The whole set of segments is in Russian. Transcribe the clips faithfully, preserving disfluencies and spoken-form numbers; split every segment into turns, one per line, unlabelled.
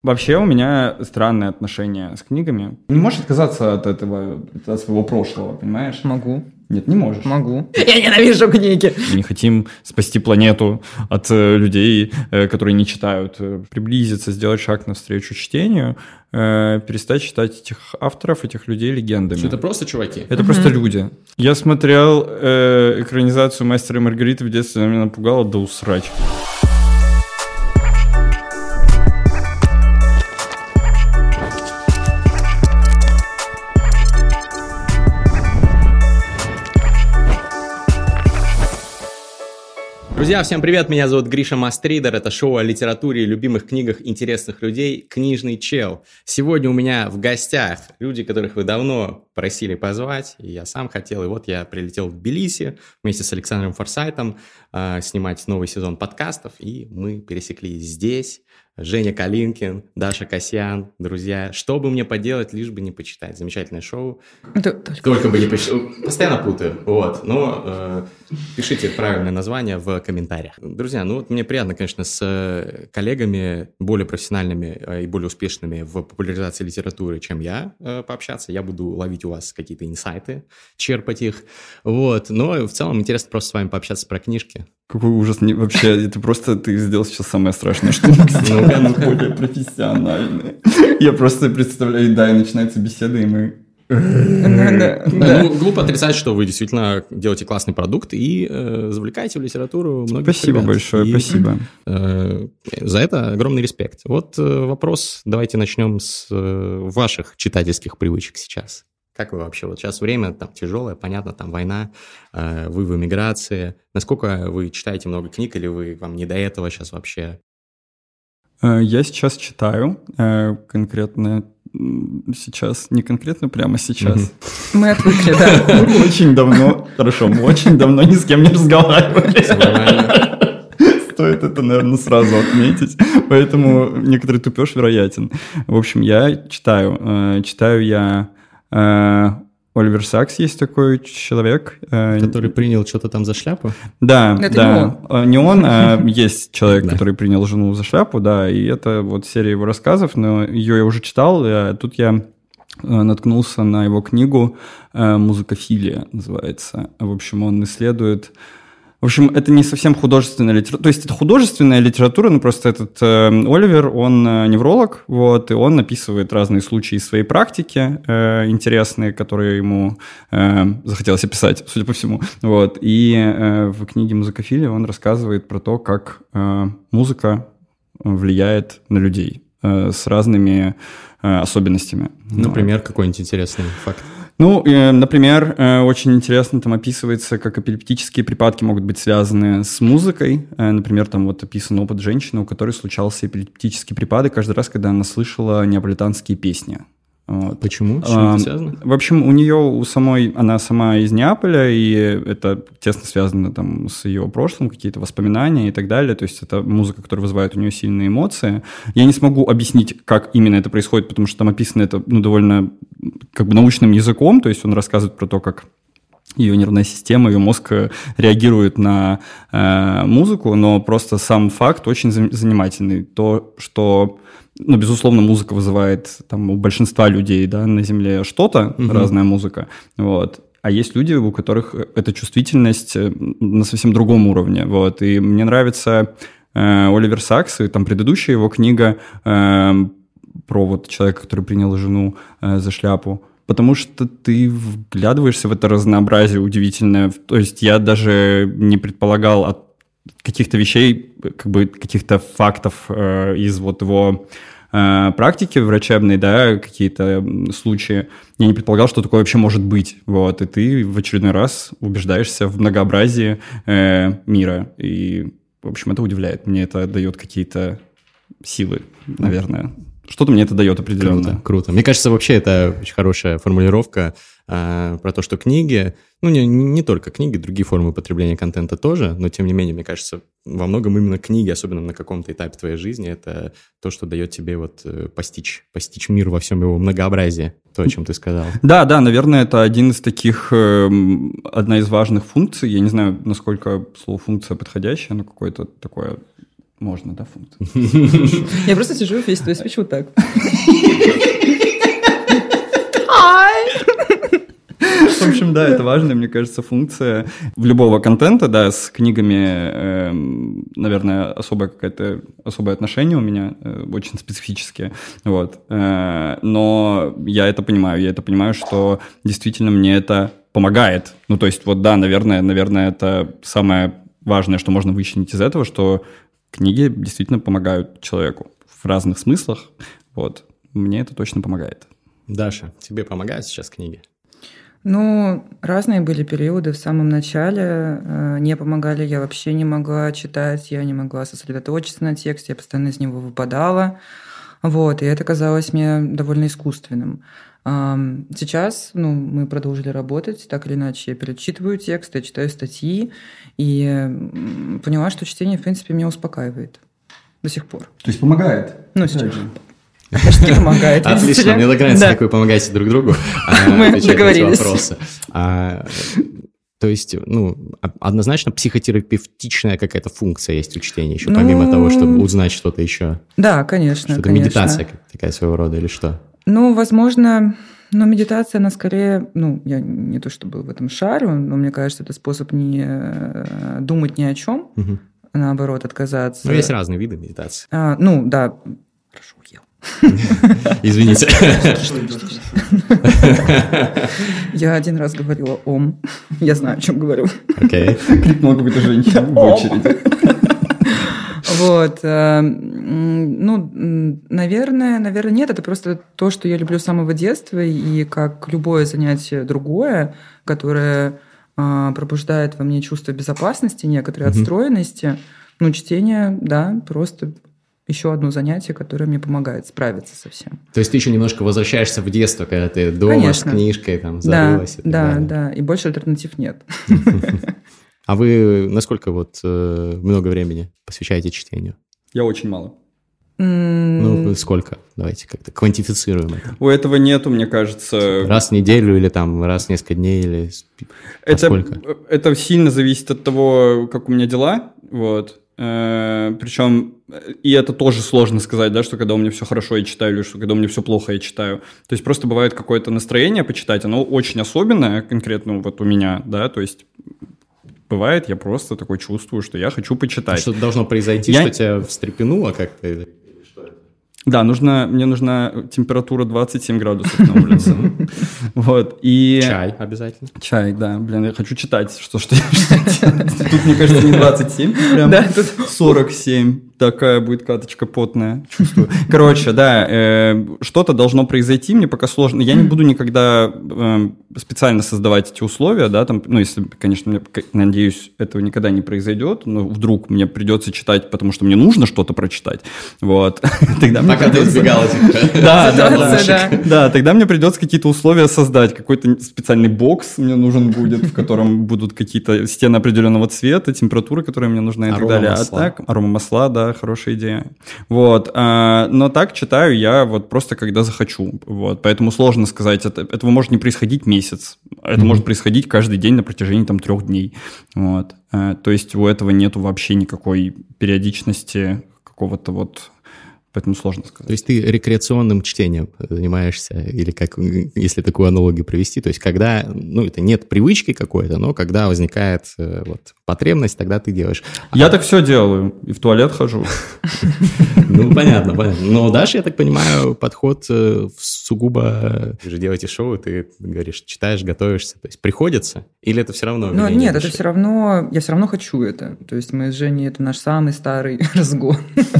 Вообще у меня странное отношение с книгами. Не можешь отказаться от этого, от своего прошлого, понимаешь?
Могу.
Нет, не можешь.
Могу. Я ненавижу книги.
Мы не хотим спасти планету от э, людей, э, которые не читают. Приблизиться, сделать шаг навстречу чтению, э, перестать считать этих авторов, этих людей легендами.
Что это просто чуваки?
Это mm-hmm. просто люди. Я смотрел э, экранизацию «Мастера и Маргариты» в детстве, она меня напугала до усрачки.
Друзья, всем привет, меня зовут Гриша Мастридер, это шоу о литературе и любимых книгах интересных людей «Книжный чел». Сегодня у меня в гостях люди, которых вы давно просили позвать, и я сам хотел, и вот я прилетел в Тбилиси вместе с Александром Форсайтом э, снимать новый сезон подкастов, и мы пересеклись здесь. Женя Калинкин, Даша Касьян, друзья. Что бы мне поделать, лишь бы не почитать. Замечательное шоу.
Да, только...
только бы не почитать. Постоянно путаю. Вот. Но э, пишите правильное название в комментариях. Друзья, ну вот мне приятно, конечно, с коллегами более профессиональными и более успешными в популяризации литературы, чем я, э, пообщаться. Я буду ловить у вас какие-то инсайты, черпать их. Вот. Но в целом интересно просто с вами пообщаться про книжки.
Какой ужас. Не, вообще, это просто ты сделал сейчас самое страшное, что мог сделать. Мы более профессиональные. Я просто представляю, да, и начинается беседа, и мы...
Ну, глупо отрицать, что вы действительно делаете классный продукт и завлекаете в литературу многих
Спасибо большое, спасибо.
За это огромный респект. Вот вопрос, давайте начнем с ваших читательских привычек сейчас. Как вы вообще? Вот сейчас время там тяжелое, понятно, там война, э, вы в эмиграции. Насколько вы читаете много книг, или вы вам не до этого сейчас вообще?
Я сейчас читаю, э, конкретно сейчас, не конкретно прямо сейчас.
Мы отвыкли, да.
Очень давно, хорошо, мы очень давно ни с кем не разговаривали. Стоит это, наверное, сразу отметить. Поэтому некоторый тупеж вероятен. В общем, я читаю. Читаю я... Оливер Сакс есть такой человек.
Который принял что-то там за шляпу?
Да, это да. Не он. Не он, а есть человек, который принял жену за шляпу, да, и это вот серия его рассказов, но ее я уже читал, а тут я наткнулся на его книгу «Музыкофилия» называется. В общем, он исследует... В общем, это не совсем художественная литература. То есть это художественная литература, но просто этот э, Оливер, он э, невролог, вот, и он описывает разные случаи из своей практики э, интересные, которые ему э, захотелось описать, судя по всему. Вот. И э, в книге «Музыкофилия» он рассказывает про то, как э, музыка влияет на людей э, с разными э, особенностями.
Например, вот. Какой-нибудь интересный факт?
Ну, например, очень интересно там описывается, как эпилептические припадки могут быть связаны с музыкой. Например, там вот описан опыт женщины, у которой случался эпилептический припадок каждый раз, когда она слышала неаполитанские песни. Вот.
Почему? С чем это связано?
В общем, у нее, у самой, она сама из Неаполя, и это тесно связано там с ее прошлым, какие-то воспоминания и так далее. То есть это музыка, которая вызывает у нее сильные эмоции. Я не смогу объяснить, как именно это происходит, потому что там описано это ну, довольно как бы научным языком. То есть он рассказывает про то, как ее нервная система, ее мозг реагирует на э, музыку, но просто сам факт очень занимательный. То, что... Ну, безусловно, музыка вызывает там, у большинства людей да, на Земле что-то, угу. разная музыка. Вот. А есть люди, у которых эта чувствительность на совсем другом уровне. Вот. И мне нравится э, Оливер Сакс, и там предыдущая его книга э, про вот человека, который принял жену э, за шляпу. Потому что ты вглядываешься в это разнообразие удивительное. То есть я даже не предполагал от каких-то вещей, как бы каких-то фактов э, из вот его э, практики врачебной, да, какие-то случаи. Я не предполагал, что такое вообще может быть. Вот, и ты в очередной раз убеждаешься в многообразии э, мира. И, в общем, это удивляет. Мне это дает какие-то силы, наверное. Что-то мне это дает определенно.
Круто, круто. Мне кажется, вообще это очень хорошая формулировка э, про то, что книги, ну не, не только книги, другие формы потребления контента тоже, но тем не менее, мне кажется, во многом именно книги, особенно на каком-то этапе твоей жизни, это то, что дает тебе вот э, постичь, постичь мир во всем его многообразии, то, о чем ты сказал.
Да, да, наверное, это один из таких, э, одна из важных функций, я не знаю, насколько слово «функция» подходящее, но какое-то такое... Можно, да, функцию?
Я просто сижу весь твой спич вот так.
В общем, да, это важная, мне кажется, функция любого контента, да, с книгами, э, наверное, особое какое-то особое отношение у меня, э, очень специфические, вот. Э, но я это понимаю, я это понимаю, что действительно мне это помогает. Ну, то есть, вот, да, наверное, наверное, это самое важное, что можно вычленить из этого, что книги действительно помогают человеку в разных смыслах, вот. Мне это точно помогает.
Даша, тебе помогают сейчас книги?
Ну, разные были периоды в самом начале. Не помогали, я вообще не могла читать, я не могла сосредоточиться на тексте, я постоянно из него выпадала. Вот, и это казалось мне довольно искусственным. Сейчас, ну, мы продолжили работать, так или иначе я перечитываю текст, я читаю статьи, и поняла, что чтение, в принципе, меня успокаивает до сих пор.
То есть помогает?
Ну, сейчас. Почти помогает.
Отлично, мне так нравится, как вы помогаете друг другу.
Мы договорились.
То есть, ну, однозначно психотерапевтичная какая-то функция есть у чтения еще, помимо того, чтобы узнать что-то еще.
Да, конечно.
Что-то медитация такая своего рода или что?
Ну, возможно, но медитация, она скорее, ну, я не то чтобы в этом шарю, но мне кажется, это способ не думать ни о чем, наоборот, отказаться.
Ну, есть разные виды медитации.
Ну, да. Хорошо, ел.
Извините.
Я один раз говорила «ом». Я знаю, о чем говорю.
Окей.
Крикнула какую-то женщину в очереди.
Вот. Ну, наверное, наверное, нет. Это просто то, что я люблю с самого детства, и как любое занятие другое, которое пробуждает во мне чувство безопасности, некоторой отстроенности. Ну, чтение, да, просто... еще одно занятие, которое мне помогает справиться со всем.
То есть ты еще немножко возвращаешься в детство, когда ты дома
Конечно.
с книжкой там зарылась.
Да, да, далее. да, и больше альтернатив нет.
А вы насколько вот много времени посвящаете чтению?
Я очень мало.
Ну, сколько? Давайте как-то квантифицируем это.
У этого нету, мне кажется...
Раз в неделю или там раз в несколько дней или
это,
сколько?
Это сильно зависит от того, как у меня дела, вот. Причем, и это тоже сложно сказать, да, что когда у меня все хорошо, я читаю, или что когда у меня все плохо, я читаю. То есть просто бывает какое-то настроение почитать, оно очень особенное, конкретно вот у меня, да, то есть бывает, я просто такой чувствую, что я хочу почитать.
Что-то должно произойти, я... что тебя встрепенуло как-то, или что это?
Да, нужно, мне нужна температура двадцать семь градусов на улице. Вот, и...
Чай обязательно.
Чай, да. Блин, я хочу читать, что, что я Тут, мне кажется, не двадцать семь, прям сорок семь. Такая будет каточка потная, чувствую. Короче, да, э, что-то должно произойти, мне пока сложно. Я не буду никогда э, специально создавать эти условия, да, там, ну, если, конечно, мне, надеюсь, этого никогда не произойдет, но вдруг мне придется читать, потому что мне нужно что-то прочитать, вот. Тогда
пока ты избегала этих
да, да, да. Да, тогда мне придется какие-то условия создать, какой-то специальный бокс мне нужен будет, в котором будут какие-то стены определенного цвета, температура, которая мне нужна и так далее. А так, аромамасла, да, хорошая идея. Вот. А, но так читаю я вот просто когда захочу. Вот. Поэтому сложно сказать. Это, этого может не происходить месяц. Это mm-hmm. может происходить каждый день на протяжении там трех дней. Вот. А, то есть у этого нету вообще никакой периодичности какого-то вот... Поэтому сложно сказать.
То есть ты рекреационным чтением занимаешься, или как, если такую аналогию провести, то есть когда, ну, это нет привычки какой-то, но когда возникает вот потребность, тогда ты делаешь.
Я а... так все делаю, и в туалет хожу.
Ну, понятно, понятно. Но Даша, я так понимаю, подход сугубо... Вы же делаете шоу, ты говоришь, читаешь, готовишься, то есть приходится, или это все равно?
Ну, нет, это все равно, я все равно хочу это. То есть мы с Женей, это наш самый старый разгон,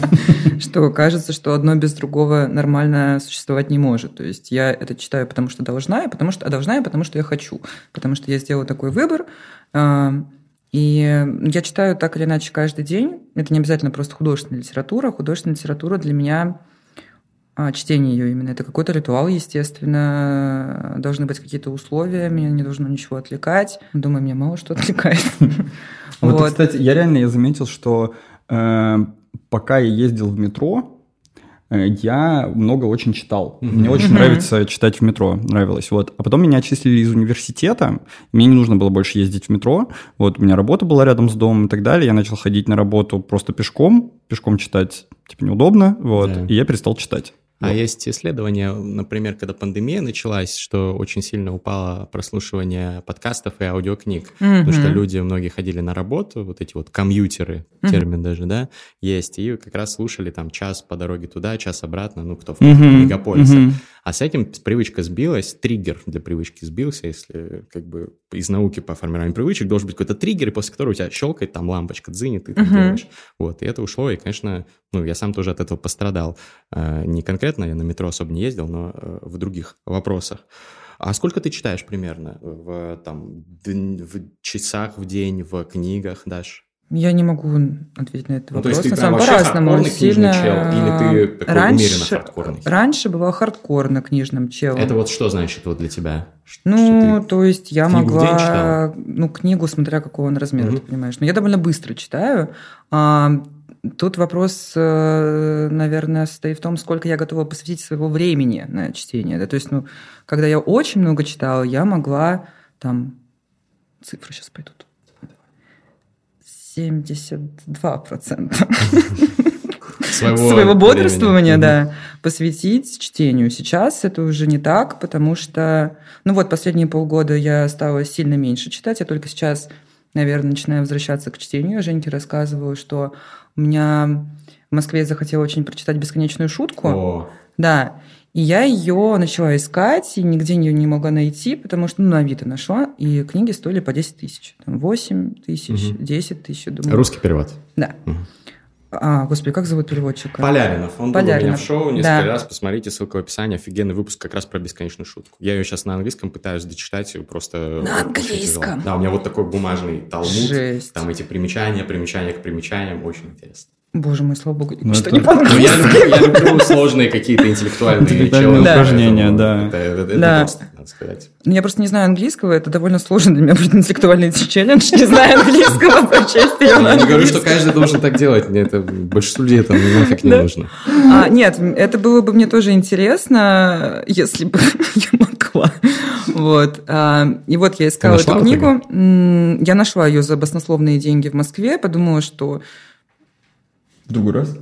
что кажется, что одно без другого нормально существовать не может. То есть я это читаю, потому что должна, и потому что, а должна я, потому что я хочу. Потому что я сделала такой выбор. И я читаю так или иначе каждый день. Это не обязательно просто художественная литература. Художественная литература для меня, чтение ее именно, это какой-то ритуал, естественно. Должны быть какие-то условия, меня не должно ничего отвлекать. Думаю, меня мало что отвлекает.
Вот, кстати, я реально я заметил, что пока я ездил в метро, я много очень читал.
Mm-hmm.
Мне очень mm-hmm. нравится читать в метро, нравилось. Вот. А потом меня отчислили из университета, мне не нужно было больше ездить в метро, вот, у меня работа была рядом с домом и так далее, я начал ходить на работу просто пешком, пешком читать типа неудобно, вот, yeah. и я перестал читать.
А
вот.
Есть исследования, например, когда пандемия началась, что очень сильно упало прослушивание подкастов и аудиокниг, mm-hmm. потому что люди многие ходили на работу, вот эти вот комьютеры, mm-hmm. термин даже, да, есть, и как раз слушали там час по дороге туда, час обратно, ну, кто в mm-hmm. мегаполисе. Mm-hmm. А с этим привычка сбилась, триггер для привычки сбился, если как бы из науки по формированию привычек должен быть какой-то триггер, и после которого у тебя щелкает, там лампочка дзынит, и ты mm-hmm. делаешь. Вот, и это ушло, и, конечно, ну, я сам тоже от этого пострадал. Не конкретно, я на метро особо не ездил, но в других вопросах. А сколько ты читаешь примерно в, там, в часах в день, в книгах, Даш?
Я не могу ответить на этот
ну,
вопрос.
То есть ты
на самом по-разному. Сильно...
чел, или ты такой
раньше,
умеренно хардкорный?
Раньше была хардкорно книжным челом.
Это вот что значит вот для тебя?
Ну, то есть я
книгу
могла...
в день читала?
Ну, книгу, смотря какого он размера,
угу.
ты понимаешь. Но я довольно быстро читаю. А, тут вопрос, наверное, состоит в том, сколько я готова посвятить своего времени на чтение. Да? То есть, ну, когда я очень много читала, я могла там... Цифры сейчас пойдут. семьдесят два процента своего, своего бодрствования, да, посвятить чтению. Сейчас это уже не так, потому что, ну вот, последние полгода я стала сильно меньше читать, я только сейчас, наверное, начинаю возвращаться к чтению. Я Женьке рассказываю, что у меня в Москве захотела очень прочитать «Бесконечную шутку».
О.
Да, и я ее начала искать, и нигде ее не могла найти, потому что, ну, на Авито нашла, и книги стоили по десять тысяч. Там восемь тысяч, угу. десять тысяч, думаю.
Русский перевод?
Да. Угу. А, господи, как зовут переводчика?
Поляринов. Он Поляринов. был у меня в шоу несколько
да.
раз. Посмотрите, ссылка в описании. Офигенный выпуск как раз про бесконечную шутку. Я ее сейчас на английском пытаюсь дочитать. Просто
на английском?
Да, у меня вот такой бумажный талмуд.
Жесть.
Там эти примечания, примечания к примечаниям. Очень интересно.
Боже мой, слава богу,
ну,
что
это...
не по-английски.
Я люблю, я люблю сложные какие-то интеллектуальные
упражнения, да.
Это, это, это
да.
просто, надо сказать.
Я просто не знаю английского, это довольно сложно для меня будет интеллектуальный челлендж, не знаю английского, прочесть ее на
Я не говорю, что каждый должен так делать, это большинству людей это нафиг не нужно.
А, нет, это было бы мне тоже интересно, если бы я могла. Вот. И вот я искала эту книгу, я нашла ее за баснословные деньги в Москве, подумала, что...
Другой раз?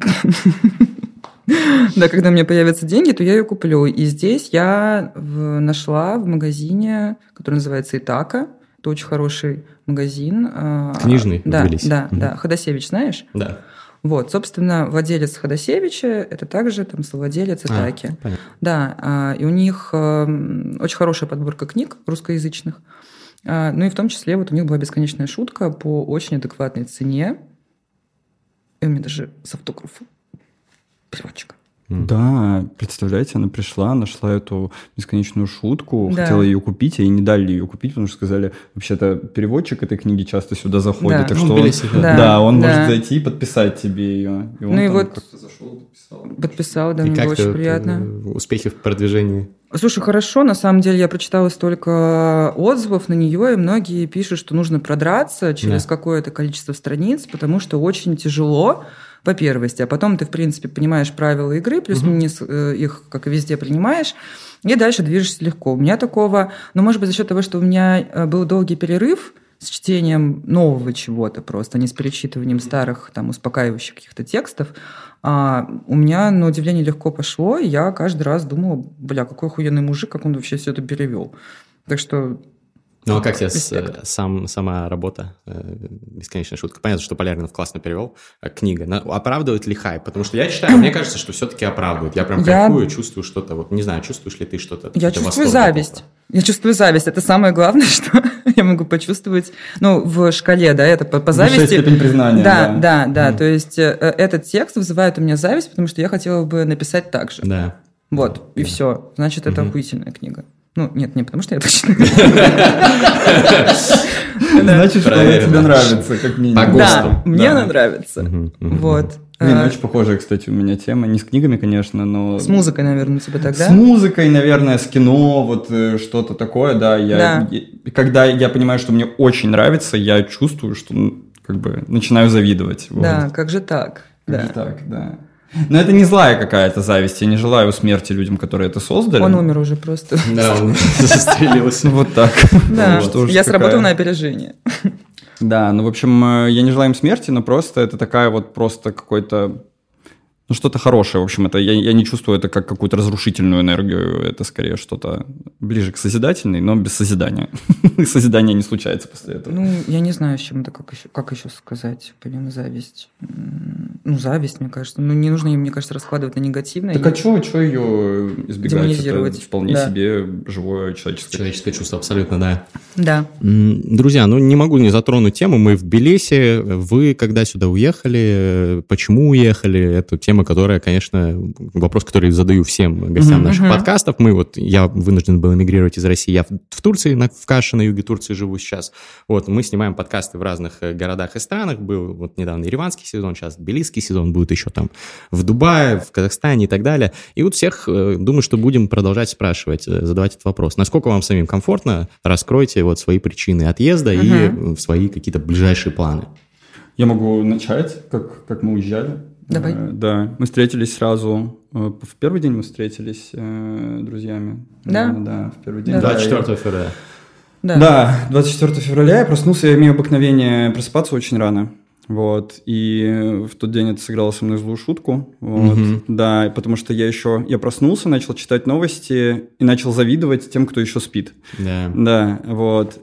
Да, когда у меня появятся деньги, то я ее куплю. И здесь я в, нашла в магазине, который называется «Итака». Это очень хороший магазин.
Книжный?
Да,
ввелись.
да,
угу.
да. Ходосевич, знаешь?
Да.
Вот, собственно, владелец Ходосевича – это также там совладелец «Итаки». А, да, и у них очень хорошая подборка книг русскоязычных. Ну и в том числе вот у них была «Бесконечная шутка» по очень адекватной цене. И у меня даже с автографом переводчика.
Да, представляете, она пришла, нашла эту бесконечную шутку,
да.
хотела ее купить, а ей не дали ее купить, потому что сказали, вообще-то переводчик этой книги часто сюда заходит,
да.
так
ну,
что он,
да.
да, он
да.
может зайти и подписать тебе ее. И он
ну и
там
вот
как-то зашел и подписал.
Подписал, да,
и
мне было очень приятно.
Успехи в продвижении?
Слушай, хорошо, на самом деле я прочитала столько отзывов на нее, и многие пишут, что нужно продраться через да. какое-то количество страниц, потому что очень тяжело, по первости, а потом ты, в принципе, понимаешь правила игры, плюс-минус угу. их, как и везде, принимаешь, и дальше движешься легко. У меня такого, ну, может быть, за счет того, что у меня был долгий перерыв с чтением нового чего-то просто, а не с перечитыванием старых, там, успокаивающих каких-то текстов, а у меня, на удивление, легко пошло, и я каждый раз думала, бля, какой охуенный мужик, как он вообще все это перевел. Так что...
Ну, а как тебе с, сам, сама работа э, «Бесконечная шутка»? Понятно, что Поляринов классно перевел. А книга. Но оправдывает ли хайп? Потому что я читаю, мне кажется, что все-таки оправдывает. Я прям я... кайфую, чувствую что-то. Вот не знаю, чувствуешь ли ты что-то?
Я чувствую зависть. Такого? Я чувствую зависть. Это самое главное, что я могу почувствовать. Ну, в шкале, да, это по, по зависти.
Высшая степень признания.
Да, да, да. да.
Mm.
То есть э, этот текст вызывает у меня зависть, потому что я хотела бы написать так же.
Да.
Вот, и
да.
все. Значит, это mm-hmm. охуительная книга. Ну, нет, не потому что я так считаю.
Значит, что она тебе нравится, как минимум.
Да, мне она нравится. Вот.
Блин, очень похожая, кстати, у меня тема. Не с книгами, конечно, но...
С музыкой, наверное, у тебя тогда?
С музыкой, наверное, с кино, вот что-то такое, да. Я, да. Когда я понимаю, что мне очень нравится, я чувствую, что как бы начинаю завидовать.
Да, вот. Как же так?
Как
да.
же так, да. Но это не злая какая-то зависть. Я не желаю смерти людям, которые это создали.
Он умер уже просто.
Да, он застрелился.
Вот так.
Да, я сработал на опережение.
Да, ну, в общем, я не желаю им смерти, но просто это такая вот просто какой-то... Ну, что-то хорошее, в общем, это я, я не чувствую это как какую-то разрушительную энергию, это скорее что-то ближе к созидательной, но без созидания. Созидание не случается после этого.
Ну, я не знаю, с чем это, как еще, как еще сказать, помимо зависть. Ну, зависть, мне кажется. Ну, не нужно, мне кажется, раскладывать на негативное.
Так а что ее избегать?
Демонизировать.
Это вполне
Да.
себе живое человеческое.
Человеческое чувство, абсолютно, да.
Да.
Друзья, ну не могу не затронуть тему. Мы в Тбилиси. Вы когда сюда уехали? Почему уехали? Это тема, которая, конечно, вопрос, который задаю всем гостям mm-hmm. наших подкастов. Мы вот, я вынужден был эмигрировать из России. Я в, в Турции, на, в Каше, на юге Турции живу сейчас. Вот, мы снимаем подкасты в разных городах и странах. Был вот недавно ереванский сезон, сейчас тбилисский сезон, будет еще там в Дубае, в Казахстане и так далее. И вот всех, думаю, что будем продолжать спрашивать, задавать этот вопрос. Насколько вам самим комфортно? Раскройте вот свои причины отъезда uh-huh. и свои какие-то ближайшие планы.
Я могу начать, как, как мы уезжали.
Давай.
Э, да, мы встретились сразу, э, в первый день мы встретились э, друзьями.
Да?
Да, да, в первый день.
Да.
двадцать четвёртого февраля.
Да.
Да, двадцать четвёртого февраля я проснулся, я имею обыкновение просыпаться очень рано. Вот, и в тот день это сыграло со мной злую шутку, вот, mm-hmm. да, потому что я еще, я проснулся, начал читать новости и начал завидовать тем, кто еще спит,
yeah.
да, вот,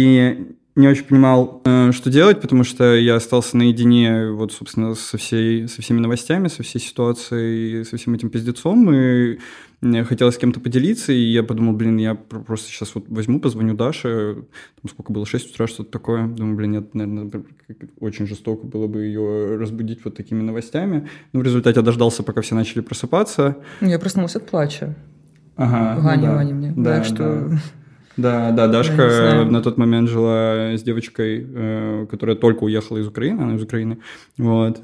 и не очень понимал, что делать, потому что я остался наедине, вот, собственно, со, всей, со всеми новостями, со всей ситуацией, со всем этим пиздецом, и хотелось с кем-то поделиться, и я подумал, блин, я просто сейчас вот возьму, позвоню Даше, там сколько было, шесть утра, что-то такое, думаю, блин, нет, наверное, очень жестоко было бы ее разбудить вот такими новостями, но в результате я дождался, пока все начали просыпаться.
Я проснулся от плача.
Ага.
Ваня,
ну, да.
Ваня мне,
да,
так что...
Да. Да, да, Дашка на тот момент жила с девочкой, э, которая только уехала из Украины, она из Украины, вот,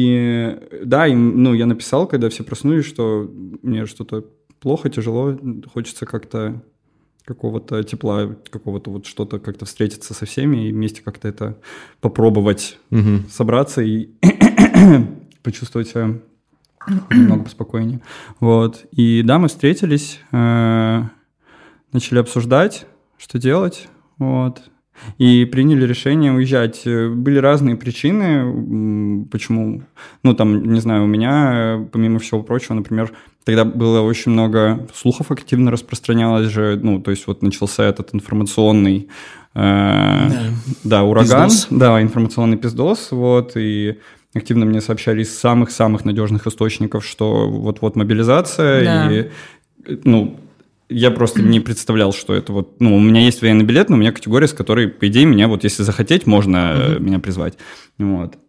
и да, им, ну, я написал, когда все проснулись, что мне что-то плохо, тяжело, хочется как-то какого-то тепла, какого-то вот что-то, как-то встретиться со всеми и вместе как-то это попробовать угу. собраться и почувствовать себя немного поспокойнее, вот, и да, мы встретились, э, начали обсуждать, что делать, вот, и приняли решение уезжать. Были разные причины, почему, ну, там, не знаю, у меня, помимо всего прочего, например, тогда было очень много слухов активно распространялось же, ну, то есть вот начался этот информационный, э, да. да, ураган, пиздос. Да, информационный пиздос, вот, и активно мне сообщали из самых-самых надежных источников, что вот-вот мобилизация, да. и, ну, я просто не представлял, что это вот... Ну, у меня есть военный билет, но у меня категория, с которой, по идее, меня вот, если захотеть, можно uh-huh. меня призвать. Вот.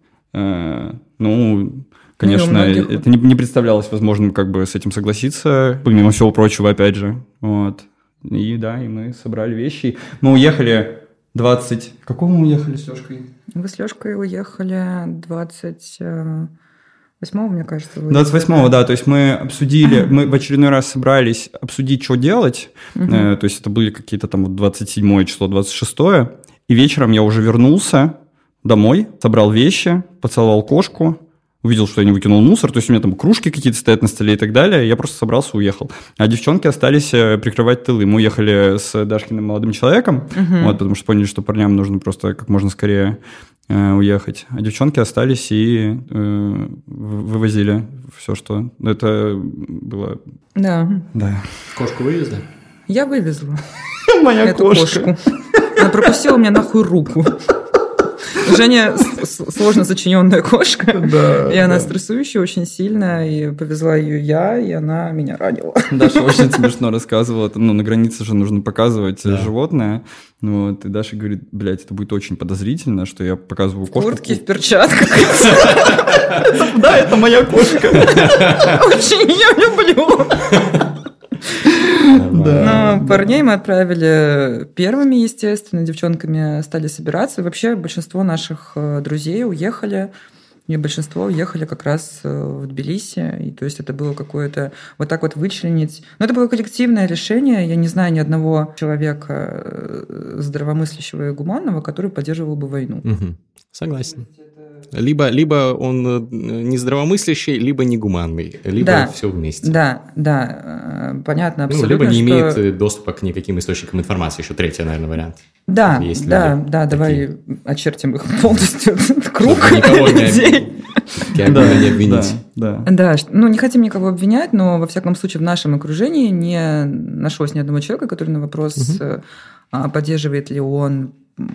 Ну, конечно, ну, это не, не представлялось возможным как бы с этим согласиться, помимо всего прочего, опять же. Вот. И да, и мы собрали вещи. Мы уехали двадцать... Какого мы уехали с Лёшкой?
Вы с Лёшкой уехали двадцать... восьмого, мне кажется.
двадцать восьмого, да, то есть мы обсудили, мы в очередной раз собрались обсудить, что делать, uh-huh. э, то есть это были какие-то там вот двадцать седьмое число, двадцать шестое, и вечером я уже вернулся домой, собрал вещи, поцеловал кошку, увидел, что я не выкинул мусор, то есть у меня там кружки какие-то стоят на столе и так далее, я просто собрался, уехал. А девчонки остались прикрывать тылы. Мы уехали с Дашкиным молодым человеком, uh-huh. вот, потому что поняли, что парням нужно просто как можно скорее э, уехать. А девчонки остались и э, вывозили все, что... Это было...
Да.
Да.
Кошку вывезли?
Я вывезла.
Моя кошка.
Она пропустила мне нахуй руку. Женя сложно сочиненная кошка, да, и она да. стрессующая очень сильно, и повезла ее я, и она меня ранила.
Даша очень смешно рассказывала, ну, на границе же нужно показывать да. животное, вот, и Даша говорит, блядь, это будет очень подозрительно, что я показываю кошку. В
куртке, в перчатках.
Да, это моя кошка.
Очень ее люблю. Но парней мы отправили первыми, естественно, девчонками стали собираться. И вообще большинство наших друзей уехали, и большинство уехали как раз в Тбилиси. И то есть это было какое-то вот так вот вычленить. Но это было коллективное решение. Я не знаю ни одного человека здравомыслящего и гуманного, который поддерживал бы войну.
Угу. Согласен. либо, либо он не здравомыслящий, либо негуманный, либо
да,
все вместе.
Да, да, понятно абсолютно.
Ну, либо не
что...
имеет доступа к никаким источникам информации, еще третий, наверное, вариант.
Да,
Есть
да, да,
такие.
Давай очертим их полностью, круг
никого
людей.
Не, да, не обвинить.
Да,
да. да, ну не хотим никого обвинять, но во всяком случае в нашем окружении не нашлось ни одного человека, который на вопрос, угу. поддерживает ли он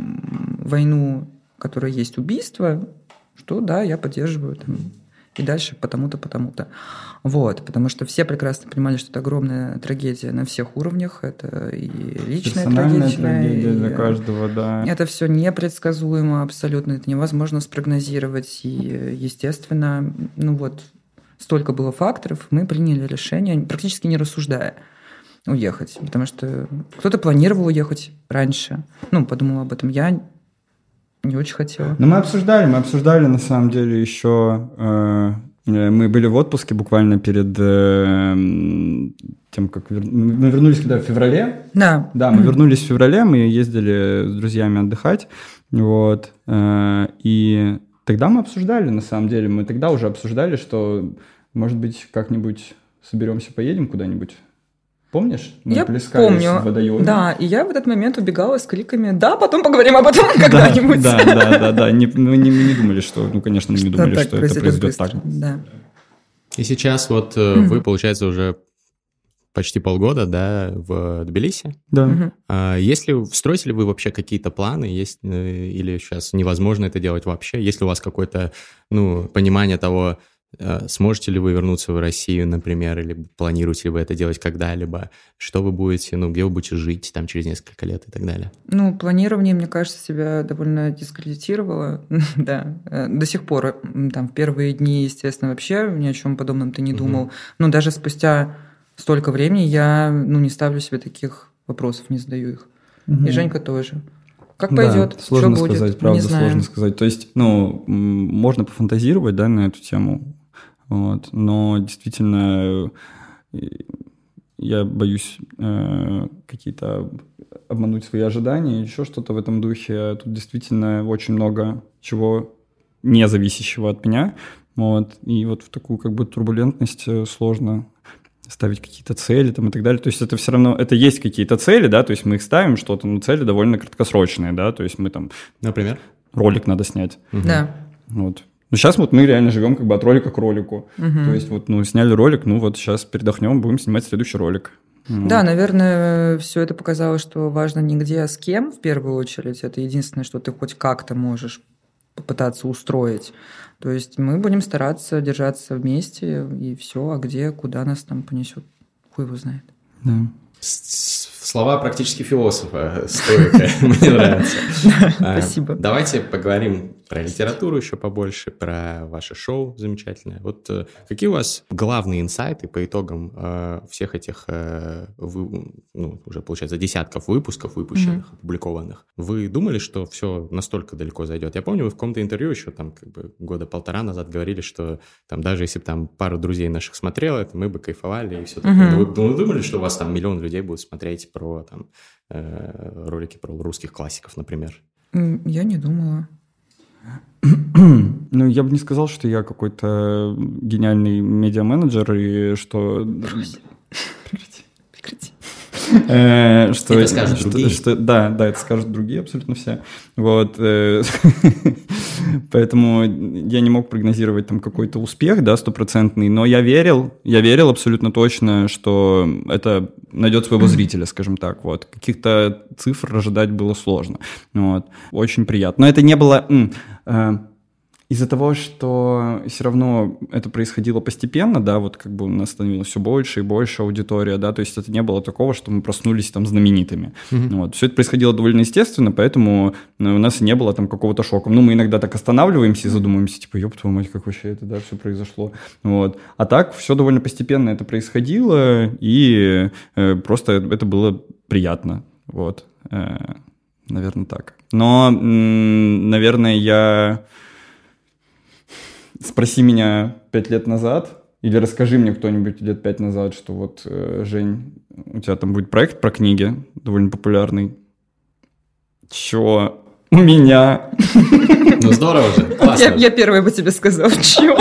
войну, в которой есть убийство, что да, я поддерживаю там, и дальше потому-то, потому-то. Вот, потому что все прекрасно понимали, что это огромная трагедия на всех уровнях, это и личная трагедия,
трагедия
и
для каждого, да.
Это все непредсказуемо абсолютно, это невозможно спрогнозировать, и, естественно, ну вот, столько было факторов, мы приняли решение, практически не рассуждая, уехать, потому что кто-то планировал уехать раньше, ну, подумал об этом я, не очень хотела.
Ну, мы обсуждали, мы обсуждали, на самом деле, еще... Э, мы были в отпуске буквально перед э, тем, как... Вер... Мы вернулись когда? В феврале?
Да.
Да, мы mm-hmm. вернулись в феврале, мы ездили с друзьями отдыхать, вот, э, и тогда мы обсуждали, на самом деле, мы тогда уже обсуждали, что, может быть, как-нибудь соберемся, поедем куда-нибудь. Помнишь? Мы
я
плескались
помню.
в водоеме.
Да, и я в этот момент убегала с кликами «Да, потом поговорим об этом когда-нибудь».
Да, да, да, да. Не, мы не, не думали, что... Ну, конечно, мы не думали, что это произойдет так.
Да.
И сейчас вот mm-hmm. вы, получается, уже почти полгода, да, в Тбилиси.
Да.
Mm-hmm.
А если строите ли вы вообще какие-то планы, есть или сейчас невозможно это делать вообще? Есть ли у вас какое-то, ну, понимание того... Сможете ли вы вернуться в Россию, например, или планируете ли вы это делать когда-либо? Что вы будете, ну, где вы будете жить там через несколько лет и так далее?
Ну, планирование, мне кажется, себя довольно дискредитировало, да, до сих пор. Там в первые дни, естественно, вообще ни о чем подобном ты не думал. Uh-huh. Но даже спустя столько времени я, ну, не ставлю себе таких вопросов, не задаю их. Uh-huh. И Женька тоже. Как пойдет,
да, сложно
что будет,
сказать, правда,
не знаем.
Сложно сказать. То есть, ну, можно пофантазировать, да, на эту тему. Вот, но действительно я боюсь э, какие-то обмануть свои ожидания, еще что-то в этом духе. Тут действительно очень много чего не зависящего от меня. Вот, и вот в такую как бы турбулентность сложно ставить какие-то цели там и так далее. То есть это все равно, это есть какие-то цели, да, то есть мы их ставим, что-то, но цели довольно краткосрочные, да, то есть мы там...
Например?
Ролик надо снять.
Угу. Да.
Вот. Но сейчас вот мы реально живем как бы от ролика к ролику.
Угу.
То есть вот, ну, сняли ролик, ну вот сейчас передохнем, будем снимать следующий ролик.
Да, вот. Наверное, все это показало, что важно не где, а с кем в первую очередь. Это единственное, что ты хоть как-то можешь попытаться устроить. То есть мы будем стараться держаться вместе, и все, а где, куда нас там понесет, хуй его знает.
Да.
Слова практически философа, стоика, мне нравится.
Спасибо.
Давайте поговорим про литературу еще побольше, про ваше шоу замечательное. Вот какие у вас главные инсайты по итогам всех этих, ну, уже, получается, десятков выпусков выпущенных, mm-hmm. опубликованных? Вы думали, что все настолько далеко зайдет? Я помню, вы в каком-то интервью еще там как бы года полтора назад говорили, что там даже если бы там пару друзей наших смотрело, это мы бы кайфовали и все такое. Mm-hmm. Вы, вы думали, что у вас там миллион людей будут смотреть про там, э, ролики про русских классиков, например?
Я не думала.
Ну, я бы не сказал, что я какой-то гениальный медиа-менеджер, и что...
Прекрати. Прекрати.
Э, что,
это скажут
что,
другие.
Что, да, да, это скажут другие абсолютно все. Вот, э, поэтому я не мог прогнозировать там какой-то успех, да, стопроцентный, но я верил, я верил абсолютно точно, что это найдет своего зрителя, скажем так. Вот. Каких-то цифр ожидать было сложно. Вот. Очень приятно. Но это не было... Э, Из-за того, что все равно это происходило постепенно, да, вот как бы у нас становилось все больше и больше аудитория, да, то есть это не было такого, что мы проснулись там знаменитыми. Mm-hmm. Вот. Все это происходило довольно естественно, поэтому у нас и не было там какого-то шока. Ну, мы иногда так останавливаемся и задумываемся, типа, ёб твою мать, как вообще это, да, все произошло. Вот. А так все довольно постепенно это происходило, и э, просто это было приятно. Вот. Э, наверное, так. Но, м- наверное, я... Спроси меня пять лет назад, или расскажи мне кто-нибудь лет пять назад, что вот, э, Жень, у тебя там будет проект про книги, довольно популярный. Чё? у меня.
Ну, здорово же, классно.
Я первая бы тебе сказала, чего?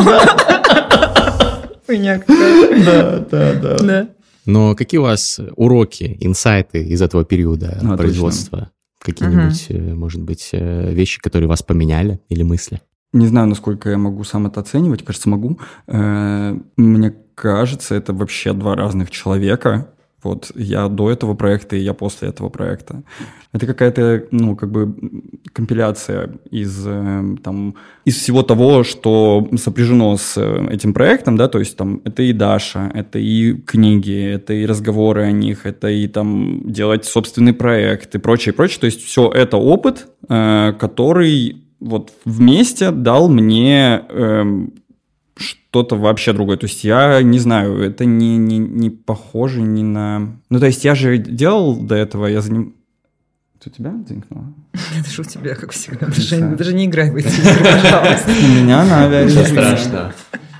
Хуйня какая.
Да, да, да.
Но какие у вас уроки, инсайты из этого периода
А,
производства? Какие-нибудь, угу. может быть, вещи, которые вас поменяли или мысли?
Не знаю, насколько я могу сам это оценивать. Кажется, могу. Мне кажется, это вообще два разных человека. Вот я до этого проекта и я после этого проекта. Это какая-то, ну, как бы компиляция из, там, из всего того, что сопряжено с этим проектом, да, то есть там это и Даша, это и книги, это и разговоры о них, это и там делать собственный проект и прочее, прочее. То есть все это опыт, который вот вместе дал мне что-то вообще другое. То есть я не знаю, это не, не, не похоже ни на... Ну, то есть я же делал до этого, я за ним... Это у тебя дзинкнуло?
Это же у тебя, как всегда. Даже, даже не играй в эти игры, пожалуйста.
У меня на авиарежиме.
Страшно.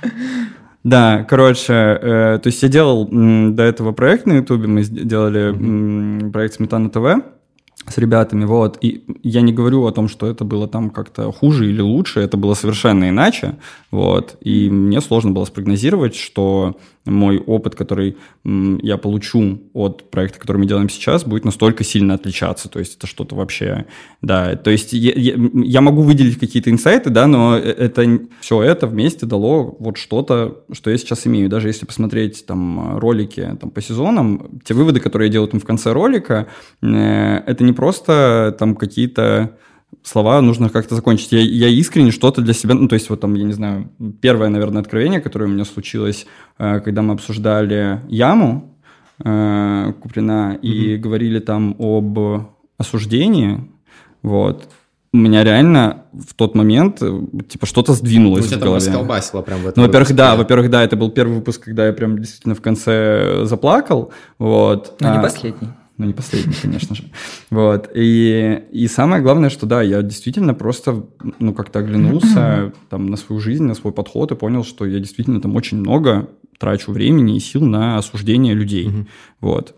Да, короче, э, то есть я делал м, до этого проект на Ютубе, мы делали м, проект «Сметана ТВ» с ребятами, вот, и я не говорю о том, что это было там как-то хуже или лучше, это было совершенно иначе, вот, и мне сложно было спрогнозировать, что мой опыт, который м, я получу от проекта, который мы делаем сейчас, будет настолько сильно отличаться, то есть это что-то вообще, да, то есть я, я, я могу выделить какие-то инсайты, да, но это, все это вместе дало вот что-то, что я сейчас имею, даже если посмотреть там ролики там, по сезонам, те выводы, которые я делаю там в конце ролика, э, это не просто там какие-то слова нужно как-то закончить. Я, я искренне что-то для себя... Ну, то есть, вот там, я не знаю, первое, наверное, откровение, которое у меня случилось, э, когда мы обсуждали «Яму» э, Куприна и mm-hmm. говорили там об осуждении, вот. У меня реально в тот момент типа что-то сдвинулось
ну,
в голове.
Ну, тебя расколбасило прям в этом.
Ну, во-первых, да, во-первых, да, это был первый выпуск, когда я прям действительно в конце заплакал, вот.
Но
а,
не последний.
Ну, не последний, конечно же. Вот. И, и самое главное, что да, я действительно просто, ну, как-то оглянулся там на свою жизнь, на свой подход и понял, что я действительно там очень много трачу времени и сил на осуждение людей. Mm-hmm. Вот.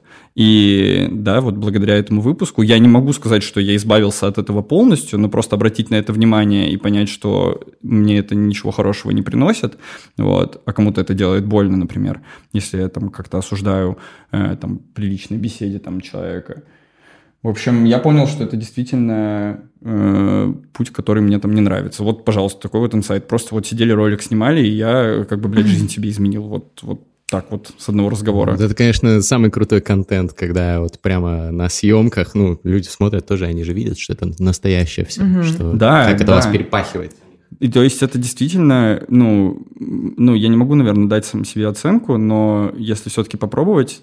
И да, вот благодаря этому выпуску я не могу сказать, что я избавился от этого полностью, но просто обратить на это внимание и понять, что мне это ничего хорошего не приносит, вот, а кому-то это делает больно, например, если я там как-то осуждаю э, там, при личной беседе там, человека. В общем, я понял, что это действительно э, путь, который мне там не нравится. Вот, пожалуйста, такой вот инсайт. Просто вот сидели, ролик снимали, и я как бы, блядь, жизнь себе изменил. Вот, вот. Так вот, с одного разговора.
Вот это, конечно, самый крутой контент, когда вот прямо на съемках, ну, люди смотрят тоже, они же видят, что это настоящее все, mm-hmm. что
да,
как
да.
это вас перепахивает.
И то есть это действительно, ну, ну, я не могу, наверное, дать сам себе оценку, но если все-таки попробовать,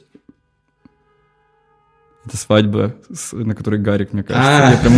это свадьба, на которой Гарик, мне кажется, я прям